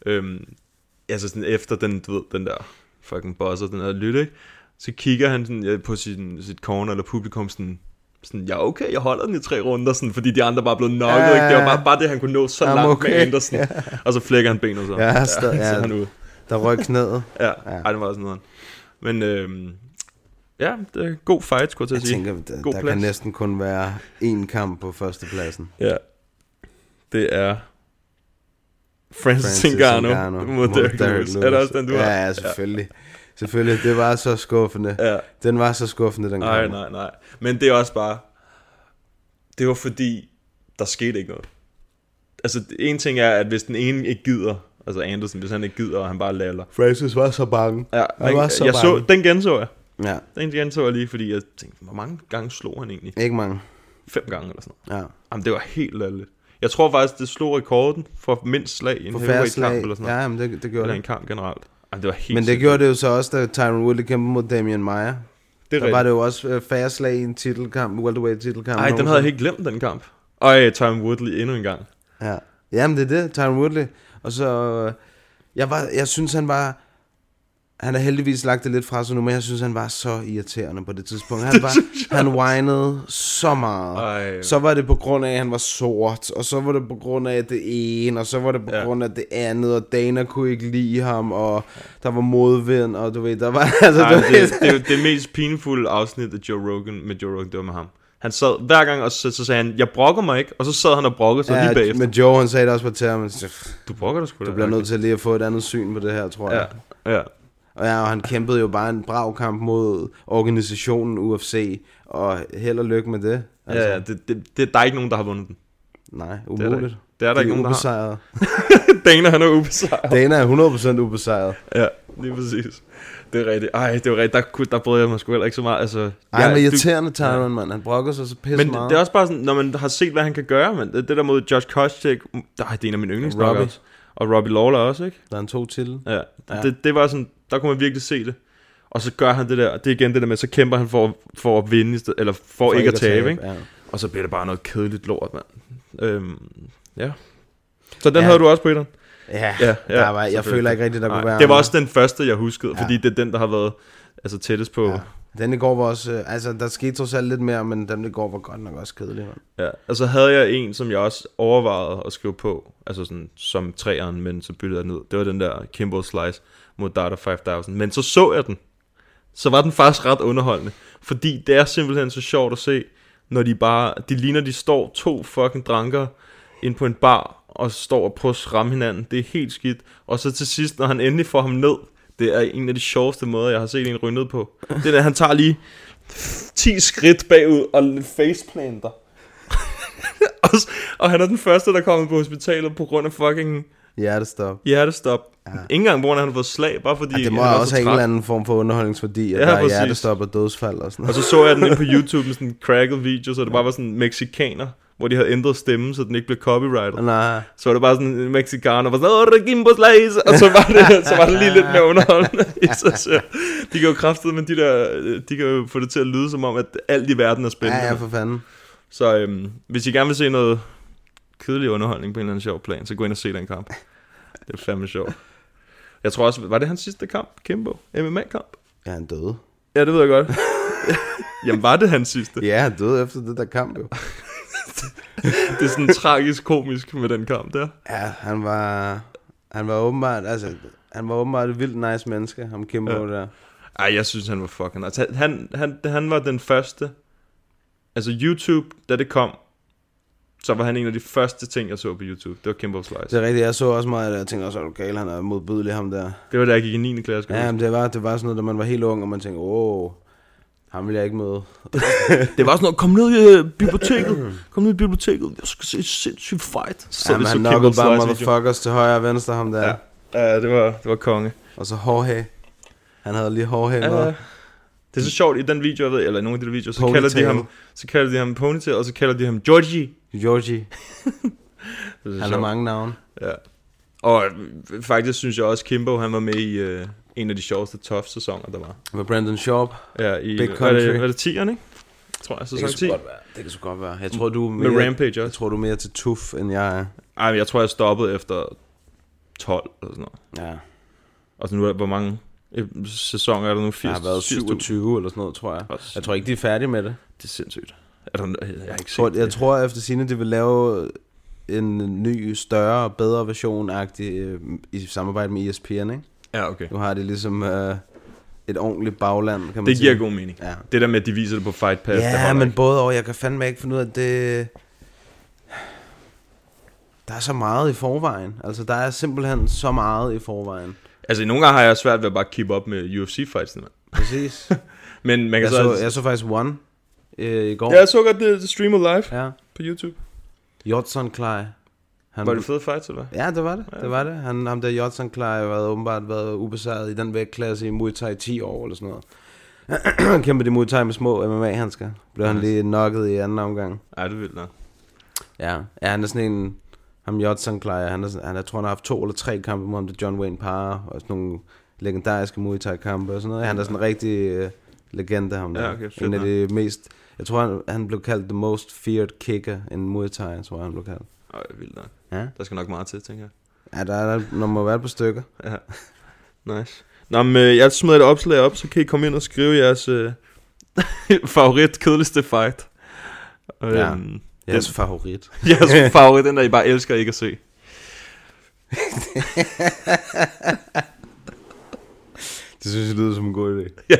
altså sådan efter den, du ved, den der fucking bosser, den der lytte, ikke? Så kigger han sådan, på sit corner eller publikum sådan, ja okay, jeg holder den i 3 runder, sådan, fordi de andre bare blev knocket, ikke? Det var bare det, han kunne nå så langt med Anderson. Og så flækker han benet så. Så han ud. Der røg knæet. Ej, det var sådan noget. Men ja, det er god fight, skulle jeg sige. Jeg tænker, der kan næsten kun være 1 kamp på førstepladsen. Ja. Det er Francis Ngannou mod Derrick Lewis. Er det også den, du har? Ja, selvfølgelig. Selvfølgelig, det var så skuffende. Ja. Den var så skuffende, den kamp. Nej. Men det er også bare, det var fordi, der skete ikke noget. Altså, en ting er, at hvis den ene ikke gider, altså Anderson, hvis han ikke gider, og han bare laller. Francis var så bange. Ja, den genså jeg. Ja. Den genså jeg lige, fordi jeg tænkte, hvor mange gange slog han egentlig? Ikke mange. 5 gange eller sådan noget. Ja. Jamen, det var helt lalligt. Jeg tror faktisk, det slog rekorden for mindst slag i en heavyweight kamp eller sådan noget. Ja, men det gjorde det. Eller en kamp generelt. Jamen, det var helt men det gjorde det jo så også, da Tyron Woodley kæmpede mod Damian Maia. Der var det jo også færre slag i en titelkamp, welterweight titelkamp. Nej, den havde jeg helt glemt, den kamp. Og Tyron Woodley endnu en gang. Ja. Jamen, det er det, Tyron Woodley. Og så, jeg synes, han har heldigvis lagt det lidt fra sig nu, men jeg synes, han var så irriterende på det tidspunkt. Han whinede så meget. Ej. Så var det på grund af, at han var sort, og så var det på grund af det ene, og så var det på grund af det andet, og Dana kunne ikke lide ham, og der var modvind, og du ved, der var... Altså, det er jo det mest pinefulde afsnit af Joe Rogan, det var med ham. Han sad hver gang, og så sagde han, jeg brokker mig ikke, og så sad han og brokkede sig lige bagefter. Men Joe, han sagde det også på termen. Du brokker dig sgu da. Du bliver nødt til lige at få et andet syn på det her, tror jeg. Ja. Og han kæmpede jo bare en brav kamp mod organisationen UFC, og held og lykke med det. Altså. Ja, der er ikke nogen, der har vundet den. Nej, umuligt. Det er der ikke nogen, der har. Dana, han er ubesejret. Dana er 100% ubesejret. Ja, lige præcis. Det er rigtigt. Det var rigtigt. Der brød jeg mig sgu heller ikke så meget. Altså, men irriterende Tyron, mand. Han brokker sig så pisse meget. Men det er også bare sådan, når man har set, hvad han kan gøre, men det der mod Josh Koscheck, det er en af mine yndlingsnokkere. Og Robbie Lawler også, ikke? Der er en 2 til. Ja. Det var sådan, der kunne man virkelig se det. Og så gør han det der, det er igen det der med, så kæmper han for at vinde, eller for ikke at tabe, ikke? Ja. Og så bliver det bare noget kedeligt lort, mand. Ja. Så den havde du også på etteren? Ja. Jeg føler ikke rigtigt, der kunne være... Det var også den første, jeg huskede, fordi det er den, der har været tættest på... Ja. Den i går var også... der skete trods alt lidt mere, men den i går var godt nok også kedelig, man. Ja, og så havde jeg en, som jeg også overvejede at skrive på, altså sådan som 3'eren, men så byttede jeg ned. Det var den der Kimbo Slice mod Data 5000. Men så jeg den. Så var den faktisk ret underholdende. Fordi det er simpelthen så sjovt at se, når de ligner, de står 2 fucking dranker ind på en bar, og står og prøver at ramme hinanden. Det er helt skidt. Og så til sidst, når han endelig får ham ned, det er en af de sjoveste måder, jeg har set en ryge ned på. Det er, at han tager lige 10 skridt bagud og faceplanter. og han er den første, der kommer på hospitalet på grund af fucking... Hjertestop. Ja. Ikke engang hvor han har fået slag, bare fordi... det må også have en eller anden form for underholdningsværdi, at der er hjertestop og dødsfald og sådan noget. Og så jeg den inde på YouTube med sådan en cracked video, så det bare var sådan en mexikaner, hvor de havde ændret stemmen, så den ikke blev copyrighted. Nej. Så var det bare sådan en mexikaner, der var sådan, Kimbo Slice, og så var det lige lidt mere underholdende. Så de kan jo kraftedeme, men de kan jo få det til at lyde som om, at alt i verden er spændende. Ja, for fanden. Så hvis I gerne vil se noget kedelig underholdning på en eller anden sjov plan, så gå ind og se den kamp. Det er fandme sjovt. Jeg tror også, var det hans sidste kamp, Kimbo? MMA-kamp? Ja, han døde. Ja, det ved jeg godt. Jamen, var det hans sidste? Ja, han døde efter det der kamp, jo. Det er sådan tragisk komisk med den kamp der. Ja, han var åbenbart et vildt nice menneske, ham Kimbo der. Ej, jeg synes, han var fucking nice. Han var den første. Altså YouTube, da det kom, så var han en af de første ting, jeg så på YouTube. Det var Kimbo Slice. Det er rigtigt, jeg så også meget af det. Jeg tænkte også, okay, han er modbydelig, ham der. Det var da jeg gik i 9. klasse. Ja, men det var sådan noget, da man var helt ung, og man tænkte, ham vil jeg ikke møde. Det var sådan noget, kom ned i biblioteket. Jeg skal se et sindssygt fight. Så ja, han knokkede bare motherfuckers til højre og venstre, ham der. Ja, det var konge. Og så Jorge. Han havde lige Jorge med. Det er så sjovt i den video, jeg ved, eller i nogle af de videoer, så kalder de ham Ponytail, og så kalder de ham Georgie. Han har mange navne. Ja. Og faktisk synes jeg også, Kimbo, han var med i en af de sjoveste Tough-sæsoner, der var. Med Brandon Sharp. Ja, i Big Country. Var det 10'erne, ikke? Tror jeg, sæson 10. Det kan så godt være. Jeg tror, du er mere, med Rampage også. Jeg tror, du er mere til Tough, end jeg er. Ej, men jeg tror, jeg stoppede efter 12 eller sådan noget. Ja. Og så nu hvor mange sæsoner er der nu? 80, der har været 27 eller sådan noget, tror jeg. Jeg tror ikke, de er færdige med det. Det er sindssygt. Jeg har ikke set jeg tror efter sigende, de vil lave en ny, større og bedre version-agtig i samarbejde med ESPN, ikke? Ja, okay. Nu har de ligesom et ordentligt bagland, kan man det sige. Giver god mening. Ja. Det der med, at de viser det på Fight Pass. Ja, men både og. Jeg kan fandme ikke finde ud af, at det... Der er så meget i forvejen. Altså, der er simpelthen så meget i forvejen. Altså, nogle gange har jeg svært ved at bare keep up med UFC-fights. Præcis. Men man kan jeg så faktisk One i går. Ja, jeg så godt det streamet live på YouTube. Jodson Klej. Var det fede fights, eller hvad? Ja, det var det. Det var det. Ham der Jodson Klej har åbenbart været ubesejret i den vægtklasse i Muay Thai 10 år eller sådan noget. Kæmpede de Muay Thai med små MMA-handsker. Blev han lige knocket i anden omgang. Ej, det vildt nok. Ja, han er sådan en... Ham Jodson Klej, jeg tror han har haft 2 eller 3 kampe mod ham, der John Wayne Parr, og sådan nogle legendariske Muay Thai kampe og sådan noget. Han er sådan en rigtig legende, ham der. Ja, okay, en af de mest... Jeg tror, han blev kaldt the most feared kicker in Muay Thai, tror jeg, han blev kaldt. Vildt nok. Ja. Der skal nok meget til, tænker jeg. Ja, der må være et par stykker. Ja, nice. Nå, men jeg smider et opslag op, så kan I komme ind og skrive jeres favorit kedeligste fight. Ja, jeres favorit. Jeres favorit, den der I bare elsker ikke at se. Det synes jeg lyder som en god idé. Ja.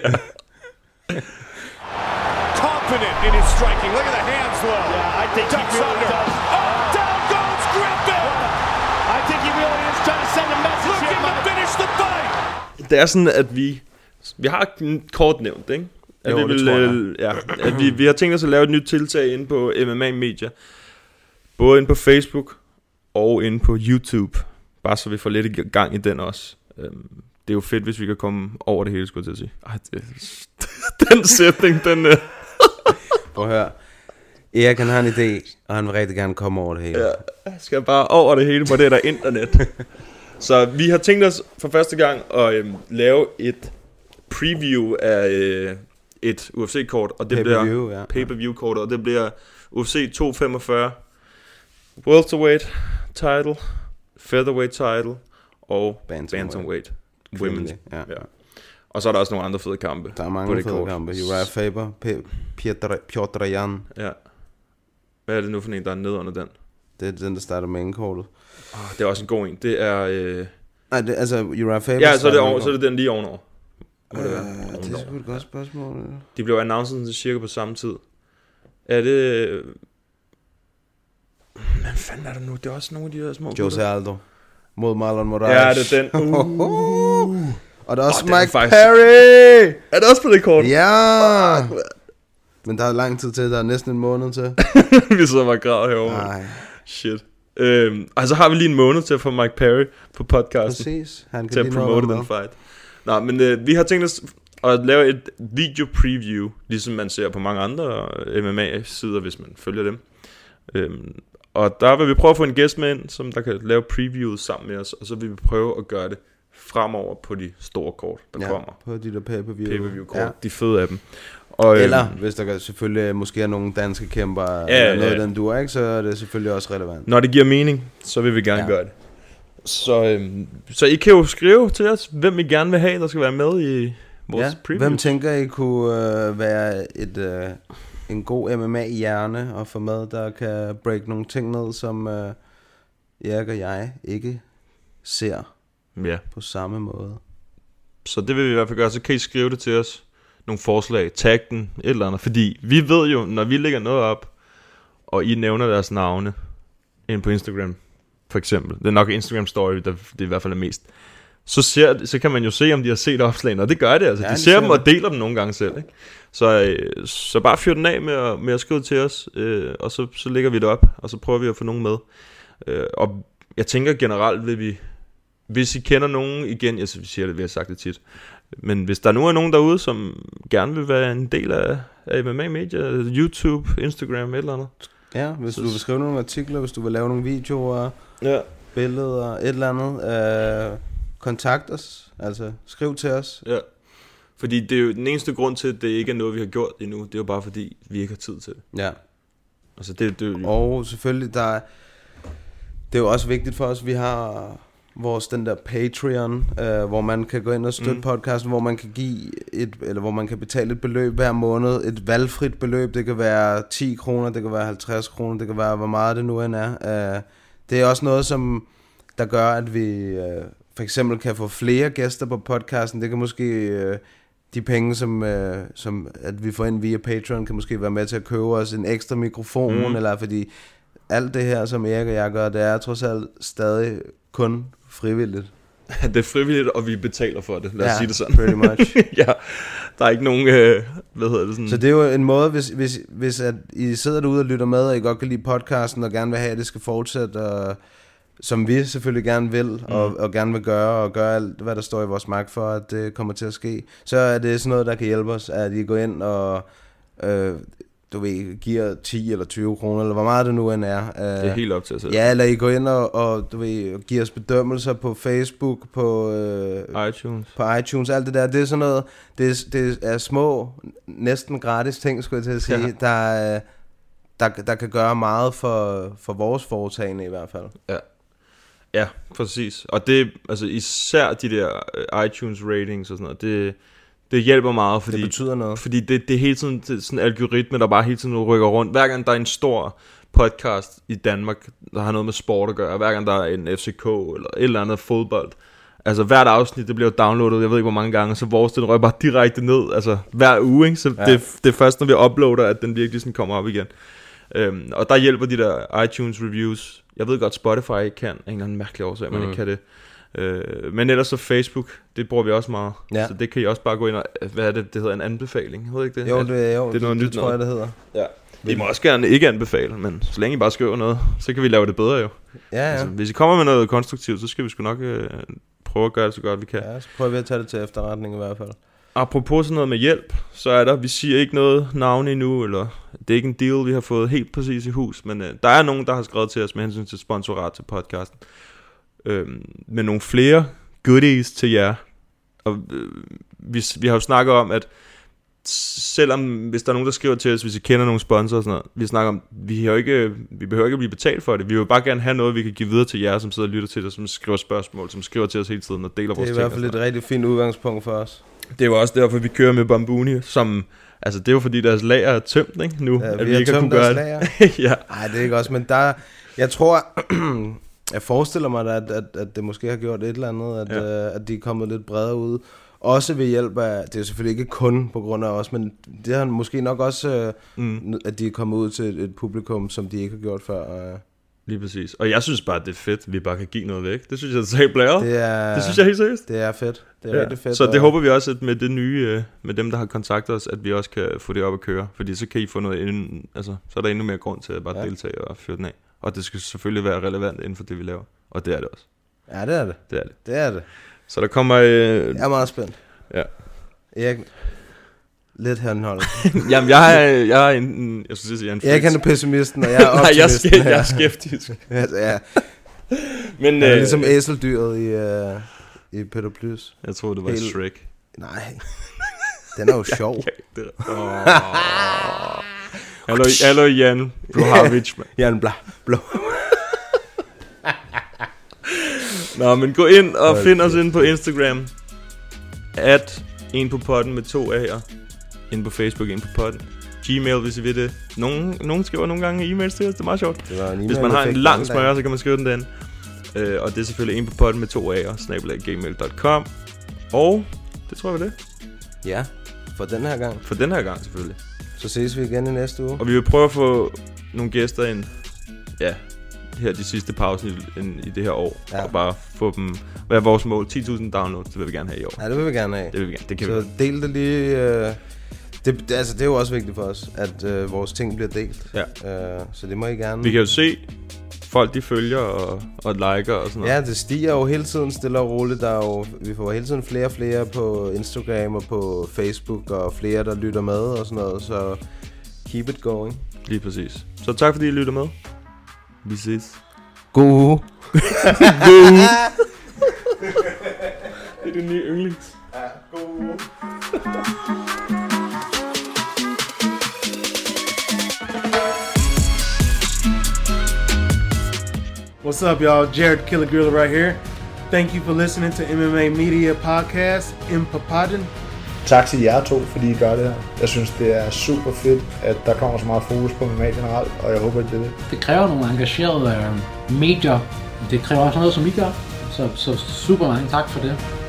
Confident in his striking. Look at the hands low. Yeah, I think Ducks he really under. does. Oh, down goes Griffin. I think he really is trying to send a message Looking here. to finish the fight. Det er sådan, at vi har kort nævnt, ikke? At jo, vi det tror jeg. at vi har tænkt os at lave et nyt tiltag inde på MMA Media. Både inde på Facebook og inde på YouTube. Bare så vi får lidt gang i den også. Det er jo fedt, hvis vi kan komme over det hele, skulle jeg til at sige. Den sætning, den... Prøv at høre. Erik, han har en idé, og han vil rigtig gerne komme over det hele. Ja, jeg skal bare over det hele på det der internet. Så vi har tænkt os for første gang at lave et preview af et UFC-kort, og det bliver pay-per-view-kort, og det bliver UFC 245 welterweight title, featherweight title og bantamweight women's. Ja. Og så er der også nogle andre fede kampe. Der er mange fede kampe. Uriah Faber, Piotr Jan. Ja. Hvad er det nu for en, der er nede under den? Det er den, der starter mainkortet. Det er også en god en. Det er... Nej, det, altså Uriah Faber. Ja, så er det den lige ovenover. Det er sgu et godt spørgsmål. De blev announced cirka på samme tid. Er det... Hvad fanden er det nu? Det er også nogle af de der små... Jose Aldo mod Marlon Moraes. Ja, det er den. Og der er også Mike faktisk... Perry. Er det også på det kort? Ja. Men der er lang tid til. Der er næsten en måned til. Vi sidder bare og græder herovre. Nej. Shit. Så har vi lige en måned til at få Mike Perry på podcasten. Præcis. Han kan til at promote den fight. Nå, men vi har tænkt os at lave et video preview, ligesom man ser på mange andre MMA-sider, hvis man følger dem. Og der vil vi prøve at få en gæst med ind, som der kan lave previewet sammen med os, og så vil vi prøve at gøre det fremover på de store kort, der kommer. På de der pay-per-view-kort, de fede af dem. Og, eller hvis der selvfølgelig måske er nogle danske kæmper eller noget den duer, ikke, så er det selvfølgelig også relevant. Når det giver mening, så vil vi gerne gøre det. Så I kan jo skrive til os, hvem I gerne vil have, der skal være med i vores preview. Hvem tænker I kunne være en god MMA-hjerne og få med, der kan break nogle ting ned, som Erik og jeg ikke ser på samme måde. Så det vil vi i hvert fald gøre. Så kan I skrive det til os, nogle forslag, tag den, et eller andet. Fordi vi ved jo, når vi lægger noget op, og I nævner deres navne ind på Instagram, for eksempel. Det er nok Instagram story, det er i hvert fald det mest. Så kan man jo se, om de har set opslagene, og det gør det. Altså, de ser dem og deler dem nogle gange selv. Ikke? Så bare fyr den af med at skrive til os, og så lægger vi det op, og så prøver vi at få nogen med. Og jeg tænker generelt, vil vi, hvis I kender nogen igen, jeg siger det, vi har sagt det tit, men hvis der nu er nogen derude, som gerne vil være en del af MMA Media, YouTube, Instagram, et eller andet. Ja, hvis du vil skrive nogle artikler, hvis du vil lave nogle videoer, billeder, et eller andet, kontakt os, altså skriv til os. Ja, fordi det er jo den eneste grund til, at det ikke er noget, vi har gjort endnu, det er jo bare fordi, vi ikke har tid til det. Ja. Altså det og selvfølgelig, det er jo også vigtigt for os, vi har den der Patreon, hvor man kan gå ind og støtte podcasten, hvor man kan eller hvor man kan betale et beløb hver måned, et valgfrit beløb. Det kan være 10 kroner, det kan være 50 kroner, det kan være hvor meget det nu end er. Det er også noget, som der gør, at vi for eksempel kan få flere gæster på podcasten. Det kan måske de penge, som at vi får ind via Patreon, kan måske være med til at købe os en ekstra mikrofon, eller fordi alt det her, som Erik og jeg gør, det er trods alt stadig kun frivilligt. Det er frivilligt, og vi betaler for det. Lad os sige det sådan. Pretty much. Ja, der er ikke nogen, hvad hedder det sådan. Så det er jo en måde, hvis at I sidder derude og lytter med, og I godt kan lide podcasten, og gerne vil have, at det skal fortsætte, og som vi selvfølgelig gerne vil, og gerne vil gøre, og gøre alt, hvad der står i vores magt for, at det kommer til at ske. Så er det sådan noget, der kan hjælpe os, at I går ind og giver 10 eller 20 kroner, eller hvor meget det nu end er. Det er helt op til at sætte. Ja, eller I går ind og giver os bedømmelser på Facebook, på iTunes, alt det der. Det er sådan noget, det er små, næsten gratis ting, skulle jeg til at sige, der kan gøre meget for vores foretagende i hvert fald. Ja, præcis. Og det, altså især de der iTunes ratings og sådan noget, det hjælper meget, fordi det betyder noget. Fordi det er hele tiden sådan en algoritme, der bare hele tiden rykker rundt. Hver gang der er en stor podcast i Danmark, der har noget med sport at gøre, hver gang der er en FCK eller et eller andet fodbold, altså hvert afsnit, det bliver jo downloadet, jeg ved ikke hvor mange gange, så vores den rører bare direkte ned, altså hver uge, ikke? Så det er først, når vi uploader, at den virkelig sådan kommer op igen. Og der hjælper de der iTunes reviews. Jeg ved godt, Spotify ikke kan, en eller anden mærkelig årsag, man ikke kan det. Men ellers så Facebook, det bruger vi også meget. Ja. Så det kan I også bare gå ind og, hvad er det hedder, en anbefaling, ved ikke det? Jo, det er noget nyt tror jeg, det hedder. Ja. Vi må også gerne ikke anbefale, men så længe I bare skriver noget, så kan vi lave det bedre jo. Ja. Altså, hvis I kommer med noget konstruktivt, så skal vi sgu nok prøve at gøre det så godt vi kan. Ja, så prøver vi at tage det til efterretning i hvert fald. Apropos sådan noget med hjælp, så er der, vi siger ikke noget navn endnu, eller det er ikke en deal, vi har fået helt præcis i hus, men der er nogen, der har skrevet til os med hensyn til sponsorat til podcasten. Med nogle flere goodies til jer. Og vi har jo snakket om, at selvom hvis der er nogen, der skriver til os, hvis I kender nogle sponsorer og sådan noget, vi snakker om, vi behøver ikke at blive betalt for det. Vi vil bare gerne have noget, vi kan give videre til jer, som sidder og lytter til det, som skriver spørgsmål, som skriver til os hele tiden og deler vores ting. Det er i hvert fald et rigtig fint udgangspunkt for os. Det er jo også derfor, vi kører med Bambuni, som, altså det er jo fordi deres lager er tømt, ikke, nu, ja, at vi ikke har kunnet gøre det. Ja. Nej, det er ikke også, men der, jeg tror, jeg forestiller mig, at det måske har gjort et eller andet, at de er kommet lidt bredere ud. Også ved hjælp af, det er selvfølgelig ikke kun på grund af os, men det har måske nok også, at de er kommet ud til et publikum, som de ikke har gjort før. Lige præcis. Og jeg synes bare, det er fedt, at vi bare kan give noget væk. Det synes jeg, det er blæret. Det synes jeg helt seriøst. Det er fedt. Det er rigtig fedt. Så det håber vi også, at med det nye, med dem, der har kontaktet os, at vi også kan få det op at køre. Fordi så kan I få noget inden, altså, så er der endnu mere grund til at bare deltage og fyre den af. Og det skal selvfølgelig være relevant inden for det, vi laver. Og det er det også. Ja, det er det. Det er det. Så der kommer... Jeg er meget spændt. Ja. Erik, lidt henhold. Jamen, jeg er en... Jeg synes, jeg er en... Erik er pessimisten, og jeg er optimisten. Nej, jeg er skeptisk. Ja. Men... Det er ligesom æseldyret i Peter Plys. Jeg troede, det var Shrek. Nej. Den er jo sjov. Hallo Jan Blahovic. Jan Blå. Nå, men gå ind og find os ind på Instagram. @1popodden med 2 A'er. Ind på Facebook, ind på podden. Gmail, hvis I vil det. Nogen skriver nogle gange e-mails til os, det er meget sjovt. Hvis man har en lang smør, så kan man skrive den derinde. Og det er selvfølgelig 1 på podden med 2 A'er, @gmail.com. Og det tror jeg var det. Ja, for den her gang. For den her gang, selvfølgelig. Så ses vi igen i næste uge. Og vi vil prøve at få nogle gæster ind. Ja, her de sidste pausen i det her år. Ja. Og bare få dem... Hvad er vores mål? 10.000 downloads, det vil vi gerne have i år. Ja, det vil vi gerne have. Det vil vi gerne. Det kan så vi. Del det lige... det er jo også vigtigt for os, at vores ting bliver delt. Ja. Så det må I gerne... Vi kan jo se, folk de følger og liker og sådan noget. Ja, det stiger jo hele tiden stille og roligt. Vi får hele tiden flere og flere på Instagram og på Facebook, og flere, der lytter med og sådan noget. Så keep it going. Lige præcis. Så tak fordi I lytter med. Vi ses. God uge. God uge. Det er det nye yndlings. Ja, god uge. What's up, y'all? Jared Killer Gorilla right here. Thank you for listening to MMA Media Podcast, Impopodden. Tak til jer to, fordi I gør det her. Jeg synes, det er super fedt, at der kommer så meget fokus på MMA generelt, og jeg håber, at det er det. Det kræver nogle engagerede medier. Det kræver også noget, som I gør. Så super mange tak for det.